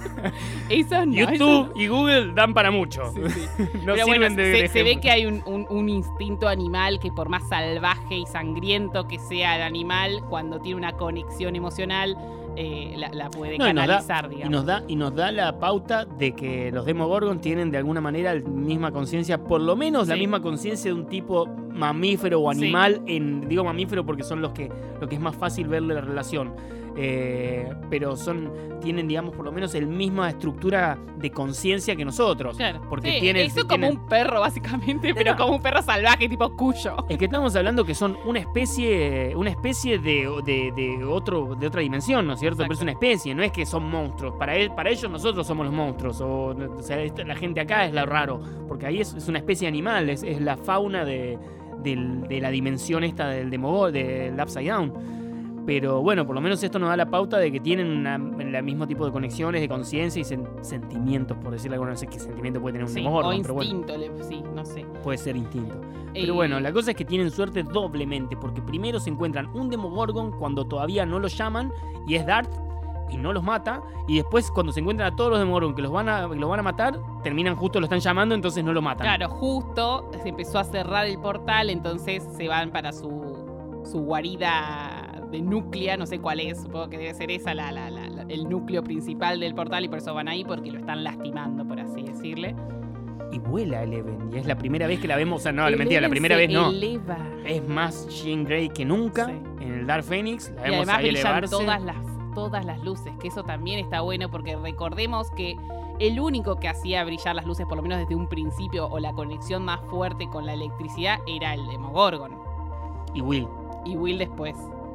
Speaker 7: Eso no.
Speaker 6: YouTube y Google dan para mucho.
Speaker 7: Sí, sí.
Speaker 6: No
Speaker 7: Pero
Speaker 6: sirven
Speaker 7: bueno,
Speaker 6: de
Speaker 7: se ve
Speaker 6: ejemplo.
Speaker 7: que hay un instinto animal que por más salvaje y sangriento que sea el animal, cuando tiene una conexión emocional, la puede
Speaker 6: No,
Speaker 7: canalizar, digamos.
Speaker 6: y nos da la pauta de que los Demogorgon tienen de alguna manera la misma conciencia, por lo menos la
Speaker 7: Sí.
Speaker 6: misma conciencia de un tipo mamífero o animal. Digo mamífero porque son lo que es más fácil verle la relación. Pero tienen, digamos, por lo menos la misma estructura de conciencia que nosotros.
Speaker 7: Claro.
Speaker 6: Porque
Speaker 7: Sí, eso como un perro, básicamente, pero como un perro salvaje, tipo Cuyo.
Speaker 6: Es que estamos hablando que son una especie de otra dimensión, ¿no es cierto?
Speaker 7: Exacto.
Speaker 6: Pero es una especie, no es que son monstruos. Para ellos nosotros somos los monstruos. O sea, la gente acá es lo raro. Porque ahí es una especie de animal, es la fauna de la dimensión esta del Upside Down. Pero bueno, por lo menos esto nos da la pauta de que tienen el mismo tipo de conexiones, de conciencia y sentimientos, por decirlo alguna vez. No sé qué sentimiento puede tener un Demogorgon,
Speaker 7: o
Speaker 6: pero bueno.
Speaker 7: instinto, sí, no sé.
Speaker 6: Puede ser instinto. Pero bueno, la cosa es que tienen suerte doblemente, porque primero se encuentran un Demogorgon cuando todavía no lo llaman, y es Darth, y no los mata, y después cuando se encuentran a todos los Demogorgon que los van a matar, terminan justo, lo están llamando, entonces no lo matan.
Speaker 7: Claro, justo se empezó a cerrar el portal, entonces se van para su guarida de núclea, no sé cuál es, supongo que debe ser esa el núcleo principal del portal, y por eso van ahí, porque lo están lastimando, por así decirle.
Speaker 6: Y vuela Eleven, y es la primera vez que la vemos, o sea, no,
Speaker 7: Eleven
Speaker 6: mentira, la primera vez no.
Speaker 7: Eleva.
Speaker 6: Es más Jean Grey que nunca,
Speaker 7: Sí.
Speaker 6: en el Dark Phoenix, la
Speaker 7: Y
Speaker 6: vemos
Speaker 7: además
Speaker 6: ahí
Speaker 7: brillan
Speaker 6: elevarse.
Speaker 7: todas las luces, que eso también está bueno, porque recordemos que el único que hacía brillar las luces, por lo menos desde un principio, o la conexión más fuerte con la electricidad, era el Demogorgon.
Speaker 6: Y Will.
Speaker 7: Y Will después.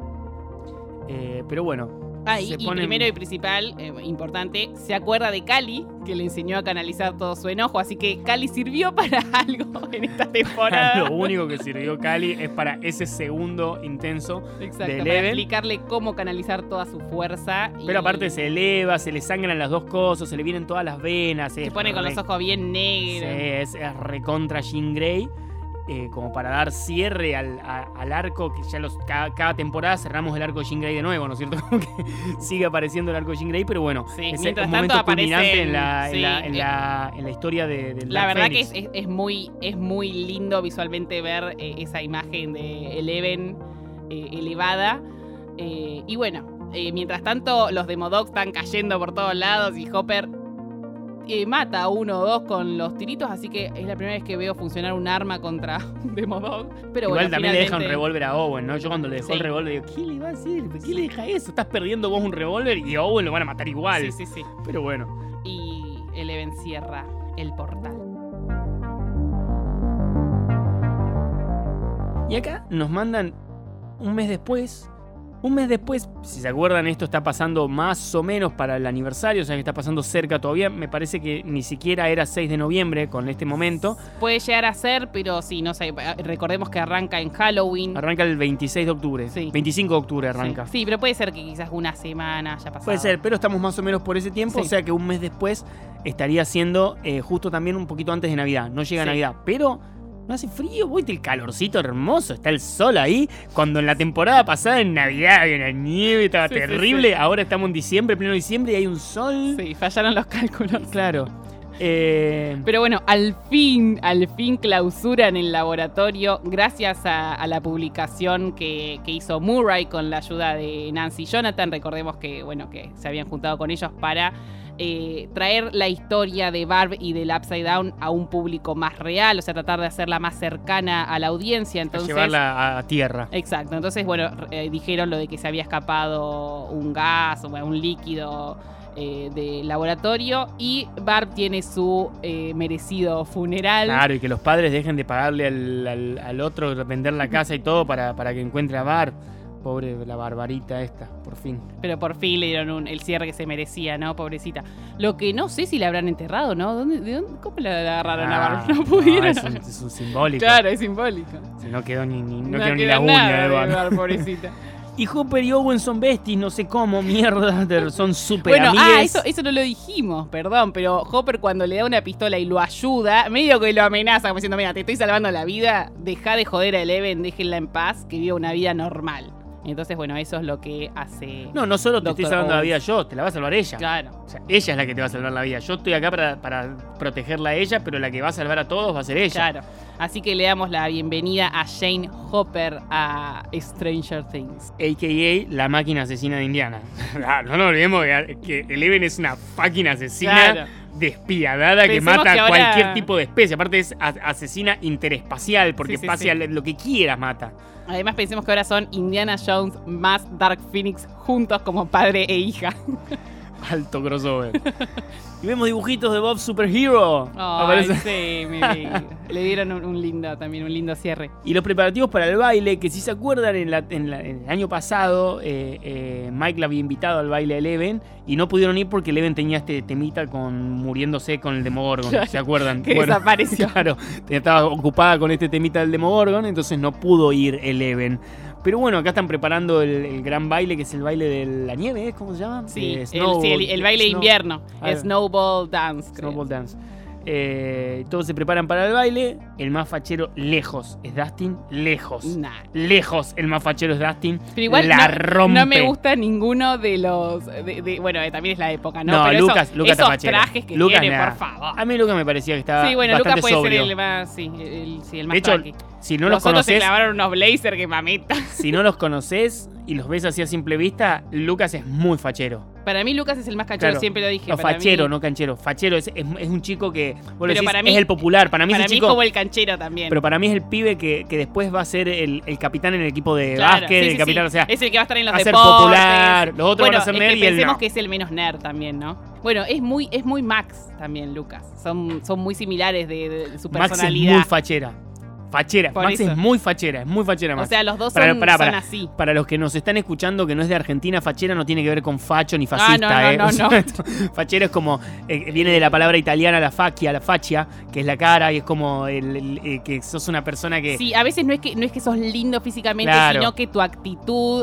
Speaker 6: Pero bueno.
Speaker 7: Y primero y principal, importante, se acuerda de Cali, que le enseñó a canalizar todo su enojo, así que Cali sirvió para algo en esta temporada.
Speaker 6: Lo único que sirvió Cali es para ese segundo intenso
Speaker 7: Exacto,
Speaker 6: de
Speaker 7: para
Speaker 6: Eleven.
Speaker 7: explicarle cómo canalizar toda su fuerza.
Speaker 6: Pero aparte se eleva, se le sangran las dos cosas, se le vienen todas las venas.
Speaker 7: se pone con los ojos bien negros.
Speaker 6: Sí, es recontra Jean Grey. Como para dar cierre al arco, que ya cada temporada cerramos el arco de Jean Grey de nuevo, ¿no es cierto? Como que sigue apareciendo el arco de Jean Grey, pero bueno,
Speaker 7: Sí,
Speaker 6: es
Speaker 7: mientras
Speaker 6: un
Speaker 7: tanto
Speaker 6: momento culminante
Speaker 7: aparecen,
Speaker 6: en la historia del
Speaker 7: La
Speaker 6: Dark
Speaker 7: verdad
Speaker 6: Phoenix.
Speaker 7: que es muy lindo visualmente ver esa imagen de Eleven elevada. Y bueno, mientras tanto los Demodogs están cayendo por todos lados y Hopper mata a uno o dos con los tiritos, así que es la primera vez que veo funcionar un arma contra un Demodog. Pero
Speaker 6: Igual
Speaker 7: bueno,
Speaker 6: también le deja un
Speaker 7: finalmente-
Speaker 6: revólver a Owen, ¿no? Yo cuando le dejó
Speaker 7: Sí.
Speaker 6: el revólver digo, ¿qué le va a hacer? ¿Por qué le deja eso? Estás perdiendo vos un revólver y a Owen lo van a matar igual.
Speaker 7: Sí.
Speaker 6: Pero bueno.
Speaker 7: Y Eleven cierra el portal.
Speaker 6: Y acá nos mandan un mes después, si se acuerdan, esto está pasando más o menos para el aniversario, o sea que está pasando cerca todavía. Me parece que ni siquiera era 6 de noviembre con este momento.
Speaker 7: Puede llegar a ser, pero sí, no sé. Recordemos que arranca en Halloween.
Speaker 6: Arranca el 26 de octubre.
Speaker 7: Sí.
Speaker 6: 25 de octubre arranca.
Speaker 7: Sí, pero puede ser que quizás una semana haya pasado.
Speaker 6: Puede ser, pero estamos más o menos por ese tiempo,
Speaker 7: Sí.
Speaker 6: o sea que un mes después estaría siendo justo también un poquito antes de Navidad. No llega
Speaker 7: Sí.
Speaker 6: Navidad, pero no hace frío, voy, el calorcito hermoso, está el sol ahí. Cuando en la temporada pasada en Navidad había una nieve, estaba
Speaker 7: Sí,
Speaker 6: terrible.
Speaker 7: sí.
Speaker 6: Ahora estamos en diciembre, pleno diciembre, y hay un sol.
Speaker 7: Sí, fallaron los cálculos.
Speaker 6: Claro.
Speaker 7: Pero bueno, al fin clausuran el laboratorio gracias a la publicación que hizo Murray con la ayuda de Nancy y Jonathan. Recordemos que, bueno, que se habían juntado con ellos para traer la historia de Barb y del Upside Down a un público más real, o sea, tratar de hacerla más cercana a la audiencia. Entonces,
Speaker 6: llevarla a tierra.
Speaker 7: Exacto, entonces, bueno, dijeron lo de que se había escapado un gas o un líquido de laboratorio, y Barb tiene su merecido funeral.
Speaker 6: Claro, y que los padres dejen de pagarle al otro, vender la casa y todo para que encuentre a Barb. Pobre la barbarita esta, por fin.
Speaker 7: Pero por fin le dieron el cierre que se merecía, ¿no? Pobrecita. Lo que no sé si la habrán enterrado, ¿no? ¿Cómo la agarraron a Barb? No pudieron.
Speaker 6: Es un simbólico.
Speaker 7: Claro, es simbólico.
Speaker 6: Si no quedó ni
Speaker 7: No
Speaker 6: quedó ni
Speaker 7: queda
Speaker 6: la uña
Speaker 7: nada
Speaker 6: de
Speaker 7: de
Speaker 6: Barb.
Speaker 7: Barb, pobrecita.
Speaker 6: Y Hopper y Owen son besties, no sé cómo, mierda, son súper
Speaker 7: Bueno,
Speaker 6: amigues.
Speaker 7: eso no lo dijimos, perdón, pero Hopper cuando le da una pistola y lo ayuda, medio que lo amenaza, como diciendo, mira, te estoy salvando la vida, deja de joder a Eleven, déjenla en paz, que viva una vida normal. Entonces, bueno, eso es lo que hace...
Speaker 6: No solo te estoy
Speaker 7: Dr.
Speaker 6: salvando la
Speaker 7: Owens.
Speaker 6: vida yo, te la va a salvar ella.
Speaker 7: Claro.
Speaker 6: O sea, ella es la que te va a salvar la vida. Yo estoy acá para protegerla a ella, pero la que va a salvar a todos va a ser ella.
Speaker 7: Claro. Así que le damos la bienvenida a Jane Hopper a Stranger Things.
Speaker 6: A.K.A. la máquina asesina de Indiana. No nos olvidemos que Eleven es una fucking asesina.
Speaker 7: Claro.
Speaker 6: despiadada que
Speaker 7: Pensemos
Speaker 6: mata
Speaker 7: que
Speaker 6: a
Speaker 7: ahora-
Speaker 6: cualquier tipo de especie. Aparte es asesina interespacial, porque
Speaker 7: Sí,
Speaker 6: pase lo que quiera mata.
Speaker 7: Además pensemos que ahora son Indiana Jones más Dark Phoenix juntos como padre e hija.
Speaker 6: Alto crossover. Y vemos dibujitos de Bob Superhero.
Speaker 7: Ay,
Speaker 6: Aparece-
Speaker 7: sí, mi vida. Le dieron un lindo cierre.
Speaker 6: Y los preparativos para el baile, que si se acuerdan, en el año pasado Mike la había invitado al baile de Eleven y no pudieron ir porque Eleven tenía este temita muriéndose con el Demogorgon,
Speaker 7: Claro,
Speaker 6: ¿se acuerdan?
Speaker 7: que desapareció.
Speaker 6: Claro, estaba ocupada con este temita del Demogorgon, entonces no pudo ir Eleven. Pero bueno, acá están preparando el gran baile, que es el baile de la nieve, ¿eh? ¿Cómo se llama?
Speaker 7: Sí,
Speaker 6: Snow-
Speaker 7: el baile de
Speaker 6: Snow-
Speaker 7: invierno.
Speaker 6: Ah,
Speaker 7: Snowball Dance. creo.
Speaker 6: Snowball Dance. Todos se preparan para el baile. El más fachero lejos es Dustin. Lejos.
Speaker 7: Nah.
Speaker 6: Lejos el más fachero es Dustin.
Speaker 7: Pero igual
Speaker 6: la
Speaker 7: no,
Speaker 6: rompe.
Speaker 7: no me gusta ninguno de los... bueno, también es la época, ¿no?
Speaker 6: No,
Speaker 7: Pero
Speaker 6: Lucas está
Speaker 7: esos
Speaker 6: fachero.
Speaker 7: trajes que
Speaker 6: Lucas,
Speaker 7: tiene,
Speaker 6: nada.
Speaker 7: por favor.
Speaker 6: A mí Lucas me parecía que estaba
Speaker 7: Sí, bueno,
Speaker 6: bastante
Speaker 7: Lucas puede
Speaker 6: sobrio.
Speaker 7: ser el más... Sí, el más
Speaker 6: De hecho,
Speaker 7: tranqui.
Speaker 6: si no los
Speaker 7: Los otros se
Speaker 6: conoces,
Speaker 7: clavaron unos blazers que mamita.
Speaker 6: si no los conoces y los ves así a simple vista, Lucas es muy fachero.
Speaker 7: Para mí Lucas es el más canchero,
Speaker 6: Claro.
Speaker 7: siempre lo dije.
Speaker 6: No,
Speaker 7: para
Speaker 6: fachero,
Speaker 7: mí,
Speaker 6: no canchero. Fachero es un chico que, vos lo
Speaker 7: Pero
Speaker 6: decís,
Speaker 7: para mí-
Speaker 6: es el popular. Para mí
Speaker 7: Para
Speaker 6: es
Speaker 7: mí
Speaker 6: el chico...
Speaker 7: es como el canchero también.
Speaker 6: Pero para mí es el pibe que después va a ser el capitán en el equipo de
Speaker 7: Claro,
Speaker 6: básquet,
Speaker 7: sí,
Speaker 6: el
Speaker 7: sí,
Speaker 6: capitán,
Speaker 7: sí.
Speaker 6: o sea,
Speaker 7: Es el que va a estar en los
Speaker 6: va a ser
Speaker 7: deportes.
Speaker 6: popular, los otros
Speaker 7: Bueno,
Speaker 6: van a ser
Speaker 7: es
Speaker 6: nerd
Speaker 7: que
Speaker 6: y él
Speaker 7: pensemos
Speaker 6: no.
Speaker 7: que es el menos nerd también, ¿no? Bueno, es muy Max también, Lucas. Son muy similares de su
Speaker 6: Max es
Speaker 7: personalidad.
Speaker 6: muy fachera. Fachera.
Speaker 7: Por
Speaker 6: Max
Speaker 7: eso.
Speaker 6: es muy fachera
Speaker 7: O
Speaker 6: Max.
Speaker 7: sea, los dos
Speaker 6: Pará,
Speaker 7: son,
Speaker 6: pará,
Speaker 7: son
Speaker 6: pará.
Speaker 7: así.
Speaker 6: Para los que nos están escuchando que no es de Argentina, fachera no tiene que ver con facho ni fascista.
Speaker 7: no,
Speaker 6: O sea,
Speaker 7: no.
Speaker 6: Fachero es como, viene de la palabra italiana la faccia, que es la cara, y es como que sos una persona que...
Speaker 7: Sí, a veces no es que sos lindo físicamente,
Speaker 6: Claro.
Speaker 7: sino que tu actitud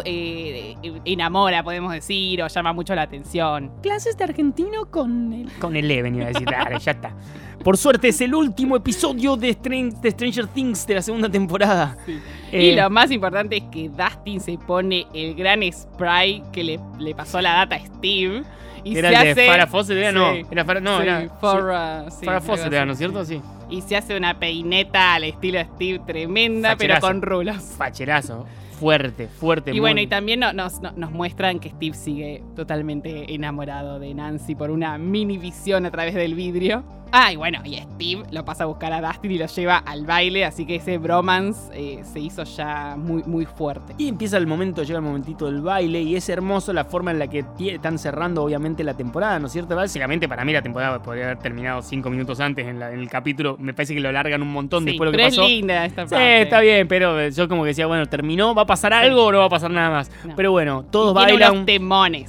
Speaker 7: enamora, podemos decir, o llama mucho la atención.
Speaker 6: Clases de argentino con Eleven, iba a decir, dale, ya está. Por suerte es el último episodio de Stranger Things de la segunda temporada.
Speaker 7: Y lo más importante es que Dustin se pone el gran spray que le pasó la data a Steve. Y
Speaker 6: Era
Speaker 7: se
Speaker 6: el de
Speaker 7: hace...
Speaker 6: Farrah Fawcett, ¿era? No,
Speaker 7: Sí.
Speaker 6: era Farrah, no,
Speaker 7: Sí,
Speaker 6: era...
Speaker 7: Farrah, sí,
Speaker 6: Farrah
Speaker 7: algo
Speaker 6: Fawcett
Speaker 7: así,
Speaker 6: era, ¿no es cierto? Sí.
Speaker 7: Y se hace una peineta al estilo Steve tremenda,
Speaker 6: Facherazo.
Speaker 7: pero con rulos.
Speaker 6: Facherazo. Fuerte.
Speaker 7: Y bueno, y también nos muestran que Steve sigue totalmente enamorado de Nancy por una mini visión a través del vidrio. Ah, y bueno, y Steve lo pasa a buscar a Dustin y lo lleva al baile, así que ese bromance se hizo ya muy fuerte.
Speaker 6: Y empieza llega el momentito del baile y es hermoso la forma en la que están cerrando obviamente la temporada, ¿no es cierto? Básicamente para mí la temporada podría haber terminado 5 minutos antes en el capítulo. Me parece que lo alargan un montón
Speaker 7: Sí,
Speaker 6: después de lo que
Speaker 7: pero
Speaker 6: pasó.
Speaker 7: es linda esta
Speaker 6: Sí,
Speaker 7: parte.
Speaker 6: está bien, pero yo como que decía, bueno, terminó, ¿va a pasar algo o no va a pasar nada más?
Speaker 7: No.
Speaker 6: Pero bueno, todos
Speaker 7: Y tiene
Speaker 6: bailan.
Speaker 7: unos temones.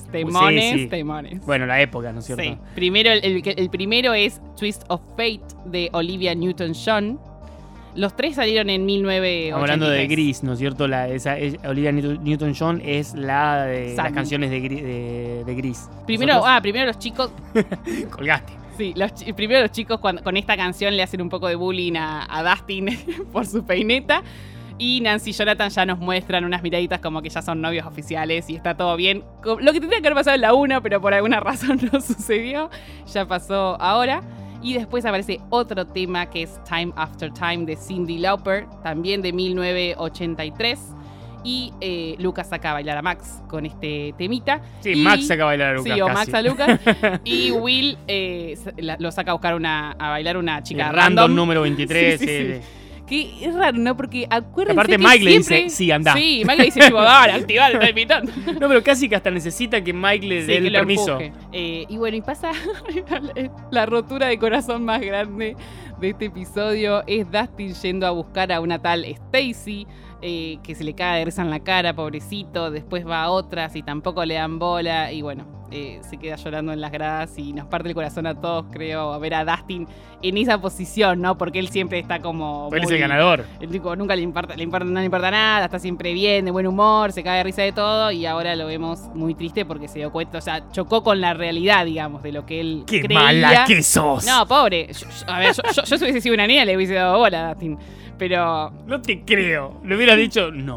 Speaker 6: Sí. Bueno, la época, ¿no es cierto?
Speaker 7: Sí. Primero, el primero es Twist of Fate de Olivia Newton-John. Los tres salieron en 1983.
Speaker 6: Estamos hablando de Gris, ¿no es cierto? Olivia Newton-John es la de las
Speaker 7: Sam.
Speaker 6: canciones de Gris.
Speaker 7: Primero los chicos.
Speaker 6: Colgaste.
Speaker 7: Sí, primero los chicos con esta canción le hacen un poco de bullying a Dustin por su peineta. Y Nancy y Jonathan ya nos muestran unas miraditas como que ya son novios oficiales y está todo bien. Lo que tendría que haber pasado en la 1, pero por alguna razón no sucedió. Ya pasó ahora. Y después aparece otro tema que es Time After Time de Cyndi Lauper, también de 1983. Y Lucas saca a bailar a Max con este temita.
Speaker 6: Sí,
Speaker 7: Y-
Speaker 6: Max saca a bailar a Lucas.
Speaker 7: Sí, o
Speaker 6: casi.
Speaker 7: Max a Lucas. Y Will lo saca a buscar a bailar una chica
Speaker 6: El
Speaker 7: random.
Speaker 6: número 23.
Speaker 7: Sí, sí, sí. Que es raro, ¿no? Porque acuérdense
Speaker 6: Aparte
Speaker 7: que
Speaker 6: Mike le
Speaker 7: siempre...
Speaker 6: dice, sí, andá.
Speaker 7: Sí, Mike le dice, tipo, dale, activar, está invitando.
Speaker 6: No, pero casi que hasta necesita que Mike le
Speaker 7: Sí,
Speaker 6: dé
Speaker 7: que
Speaker 6: el
Speaker 7: lo
Speaker 6: permiso.
Speaker 7: empuje. Y bueno, y pasa la rotura de corazón más grande de este episodio. Es Dustin yendo a buscar a una tal Stacy, que se le cae de risa en la cara, pobrecito. Después va a otras y tampoco le dan bola. Y bueno, se queda llorando en las gradas y nos parte el corazón a todos, creo, a ver a Dustin en esa posición, ¿no? Porque él siempre está como...
Speaker 6: Él es
Speaker 7: muy-
Speaker 6: el ganador.
Speaker 7: El tipo nunca no le importa nada, está siempre bien, de buen humor, se cae de risa de todo y ahora lo vemos muy triste porque se dio cuenta, o sea, chocó con la realidad, digamos, de lo que él
Speaker 6: ¡Qué
Speaker 7: creía.
Speaker 6: mala que sos!
Speaker 7: No, pobre. A ver, yo si hubiese sido una niña le hubiese dado bola a Dustin, pero
Speaker 6: No te creo. Le hubieras dicho, no.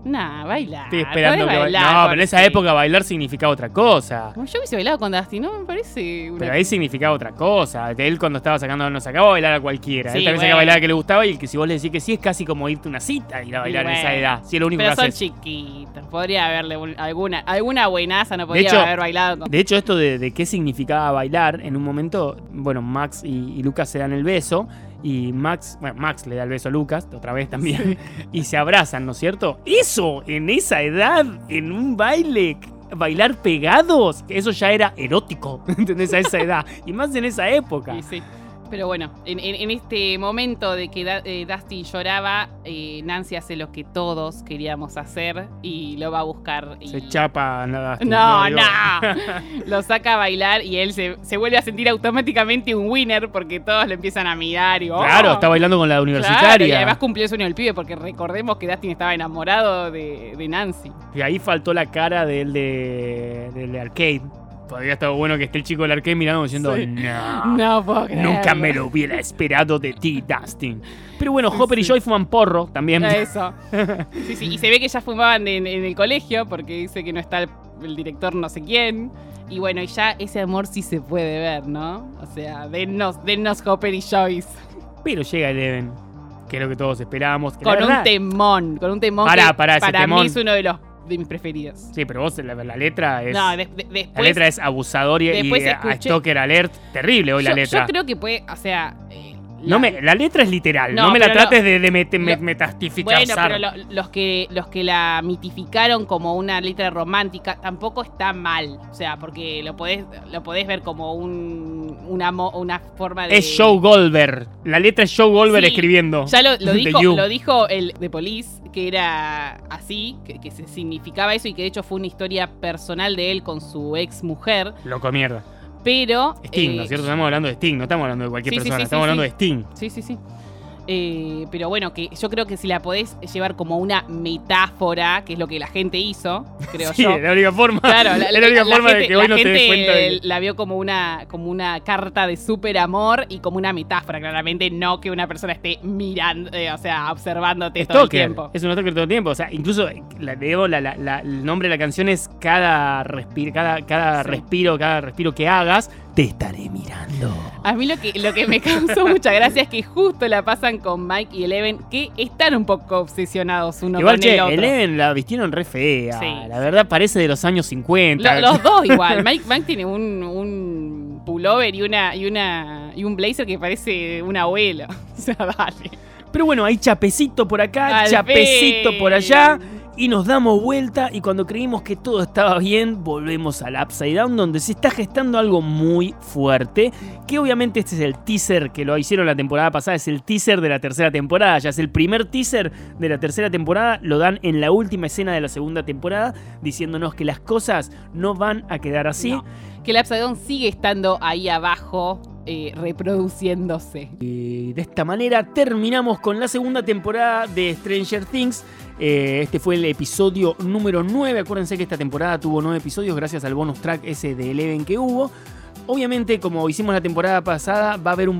Speaker 7: Nah, bailar.
Speaker 6: Estoy esperando
Speaker 7: podés
Speaker 6: que
Speaker 7: bailar
Speaker 6: No,
Speaker 7: con
Speaker 6: pero en esa
Speaker 7: sí.
Speaker 6: época bailar significaba otra cosa.
Speaker 7: Como yo hubiese bailado con Dusty, ¿no? Me parece una...
Speaker 6: Pero ahí significaba otra cosa. Él cuando estaba sacando no sacaba a bailar a cualquiera.
Speaker 7: Sí,
Speaker 6: Él también
Speaker 7: bueno.
Speaker 6: sacaba a bailar a que le gustaba y el que si vos le decís que sí es casi como irte a una cita ir a bailar
Speaker 7: Y
Speaker 6: en esa
Speaker 7: bueno,
Speaker 6: edad. Si es lo único
Speaker 7: Pero
Speaker 6: que
Speaker 7: son
Speaker 6: haces.
Speaker 7: chiquitos. Podría haberle alguna buenaza, no podría haber bailado con...
Speaker 6: De hecho, esto de qué significaba bailar, en un momento, bueno, Max y Lucas se dan el beso. Y Max le da el beso a Lucas, otra vez también, y se abrazan, ¿no es cierto? Eso, en esa edad, en un baile, bailar pegados, eso ya era erótico, ¿entendés? A esa edad, y más en esa época.
Speaker 7: Sí, sí. Pero bueno, en este momento de que Dusty lloraba, Nancy hace lo que todos queríamos hacer y lo va a buscar. Y...
Speaker 6: Se chapa nada.
Speaker 7: No. Lo saca a bailar y él se vuelve a sentir automáticamente un winner porque todos lo empiezan a mirar y
Speaker 6: Claro, está bailando con la universitaria.
Speaker 7: Claro, y además cumplió el sueño del pibe porque recordemos que Dustin estaba enamorado de Nancy.
Speaker 6: Y ahí faltó la cara del arcade. Podría estar bueno que esté el chico del arcade mirando diciendo,
Speaker 7: Sí.
Speaker 6: no.
Speaker 7: No puedo creerlo.
Speaker 6: Nunca me lo hubiera esperado de ti, Dustin. Pero bueno, Hopper y Joy fuman porro también.
Speaker 7: Eso. Sí, y se ve que ya fumaban en el colegio porque dice que no está el director no sé quién. Y bueno, y ya ese amor sí se puede ver, ¿no? O sea, dennos Hopper y Joyce.
Speaker 6: Pero llega Eleven, que es lo que todos esperábamos. Que
Speaker 7: Con
Speaker 6: la
Speaker 7: un
Speaker 6: verdad-
Speaker 7: temón. Con un temón
Speaker 6: Pará,
Speaker 7: que
Speaker 6: pará, ese
Speaker 7: para
Speaker 6: temón.
Speaker 7: mí es uno de mis preferidos.
Speaker 6: Sí, pero vos la letra es...
Speaker 7: No,
Speaker 6: la
Speaker 7: después...
Speaker 6: letra es abusador y
Speaker 7: después
Speaker 6: a
Speaker 7: escuché-
Speaker 6: Stalker Alert. Terrible hoy la letra.
Speaker 7: Yo creo que puede, o sea...
Speaker 6: La letra es literal,
Speaker 7: No,
Speaker 6: no me la
Speaker 7: pero
Speaker 6: trates de
Speaker 7: lo-
Speaker 6: metastificar.
Speaker 7: Bueno, pero los que la mitificaron como una letra romántica tampoco está mal. O sea, porque lo podés ver como una forma de...
Speaker 6: Es Joe Goldberg. La letra es Joe Goldberg
Speaker 7: Sí,
Speaker 6: escribiendo.
Speaker 7: Ya lo
Speaker 6: The You.
Speaker 7: dijo el de Police, que era así, que se significaba eso y que de hecho fue una historia personal de él con su ex mujer.
Speaker 6: Loco mierda.
Speaker 7: Pero...
Speaker 6: Sting, ¿no es cierto? Estamos hablando de Sting, no estamos hablando de cualquier
Speaker 7: Sí, sí,
Speaker 6: persona,
Speaker 7: sí,
Speaker 6: estamos
Speaker 7: sí,
Speaker 6: hablando
Speaker 7: sí.
Speaker 6: de Sting.
Speaker 7: Sí. Pero bueno, que yo creo que si la podés llevar como una metáfora, que es lo que la gente hizo, creo
Speaker 6: Sí,
Speaker 7: yo.
Speaker 6: la única forma.
Speaker 7: Claro,
Speaker 6: es la única forma
Speaker 7: gente,
Speaker 6: de que hoy no
Speaker 7: la
Speaker 6: te des
Speaker 7: gente
Speaker 6: cuenta de que...
Speaker 7: la vio como una carta de súper amor y como una metáfora, claramente no que una persona esté mirando, o sea, observándote todo el
Speaker 6: Stalker,
Speaker 7: tiempo.
Speaker 6: es un stalker todo el tiempo. O sea, incluso el nombre de la canción es cada respiro que hagas, te estaré mirando.
Speaker 7: A mí lo que me causó mucha gracia es que justo la pasan con Mike y Eleven, que están un poco obsesionados uno
Speaker 6: Igual,
Speaker 7: con el otro.
Speaker 6: Eleven la vistieron re fea.
Speaker 7: Sí.
Speaker 6: La verdad parece de los años 50.
Speaker 7: Los dos igual. Mike tiene un pullover y un blazer que parece un abuelo. O sea, dale.
Speaker 6: Pero bueno, hay chapecito por acá,
Speaker 7: Al
Speaker 6: chapecito
Speaker 7: fin.
Speaker 6: por allá. Y nos damos vuelta y cuando creímos que todo estaba bien, volvemos al Upside Down, donde se está gestando algo muy fuerte, que obviamente este es el teaser que lo hicieron la temporada pasada, es el teaser de la tercera temporada, ya es el primer teaser de la tercera temporada, lo dan en la última escena de la segunda temporada, diciéndonos que las cosas no van a quedar así.
Speaker 7: No. Que el Upside Down sigue estando ahí abajo, reproduciéndose.
Speaker 6: Y de esta manera terminamos con la segunda temporada de Stranger Things. Este fue el episodio número 9. Acuérdense que esta temporada tuvo 9 episodios gracias al bonus track ese de Eleven que hubo. Obviamente, como hicimos la temporada pasada, va a haber un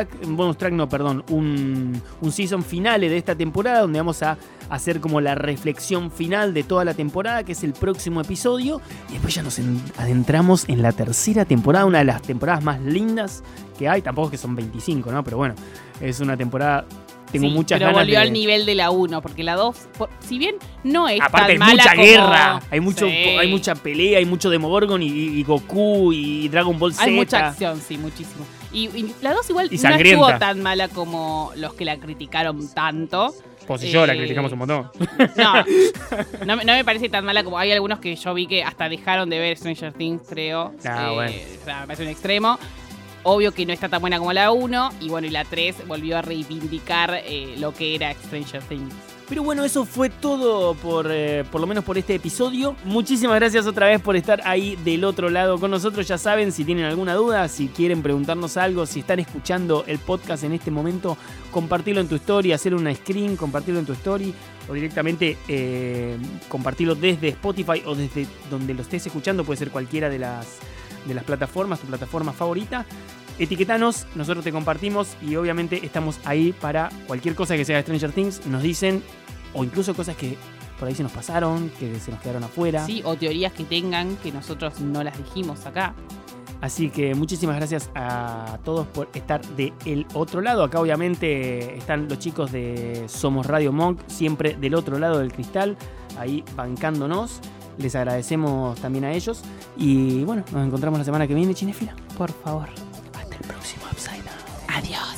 Speaker 6: season finale de esta temporada donde vamos a hacer como la reflexión final de toda la temporada, que es el próximo episodio. Y después ya nos adentramos en la tercera temporada, una de las temporadas más lindas que hay. Tampoco es que son 25, ¿no? Pero bueno, es una temporada... Tengo
Speaker 7: Sí,
Speaker 6: muchas
Speaker 7: pero
Speaker 6: ganas
Speaker 7: volvió
Speaker 6: de...
Speaker 7: al nivel de la 1, porque la 2, si bien no es
Speaker 6: Aparte hay
Speaker 7: tan mala
Speaker 6: mucha
Speaker 7: como...
Speaker 6: guerra,
Speaker 7: Sí.
Speaker 6: hay mucha pelea, hay mucho Demogorgon y Goku y Dragon Ball Z.
Speaker 7: Hay mucha acción, sí, muchísimo. Y la 2 igual
Speaker 6: Y
Speaker 7: no
Speaker 6: sangrienta.
Speaker 7: estuvo tan mala como los que la criticaron tanto.
Speaker 6: Pues yo la criticamos un montón.
Speaker 7: No me parece tan mala como hay algunos que yo vi que hasta dejaron de ver Stranger Things, creo.
Speaker 6: Bueno.
Speaker 7: O sea, me parece un extremo. Obvio que no está tan buena como la 1. Y bueno, y la 3 volvió a reivindicar lo que era Stranger Things.
Speaker 6: Pero bueno, eso fue todo por lo menos por este episodio. Muchísimas gracias otra vez por estar ahí del otro lado con nosotros. Ya saben, si tienen alguna duda, si quieren preguntarnos algo, si están escuchando el podcast en este momento, compartirlo en tu story, hacer una screen, compartirlo en tu story o directamente compartirlo desde Spotify o desde donde lo estés escuchando. Puede ser cualquiera de las plataformas, tu plataforma favorita. Etiquetanos, nosotros te compartimos y obviamente estamos ahí para cualquier cosa que sea de Stranger Things. Nos dicen, o incluso cosas que por ahí se nos pasaron, que se nos quedaron afuera.
Speaker 7: Sí, o teorías que tengan que nosotros no las dijimos acá.
Speaker 6: Así que muchísimas gracias a todos por estar del otro lado. Acá obviamente están los chicos de Somos Radio Monk, siempre del otro lado del cristal, ahí bancándonos. Les agradecemos también a ellos. Y bueno, nos encontramos la semana que viene, Cinefila.
Speaker 7: Por favor.
Speaker 6: Hasta el próximo Upside Down.
Speaker 7: Adiós.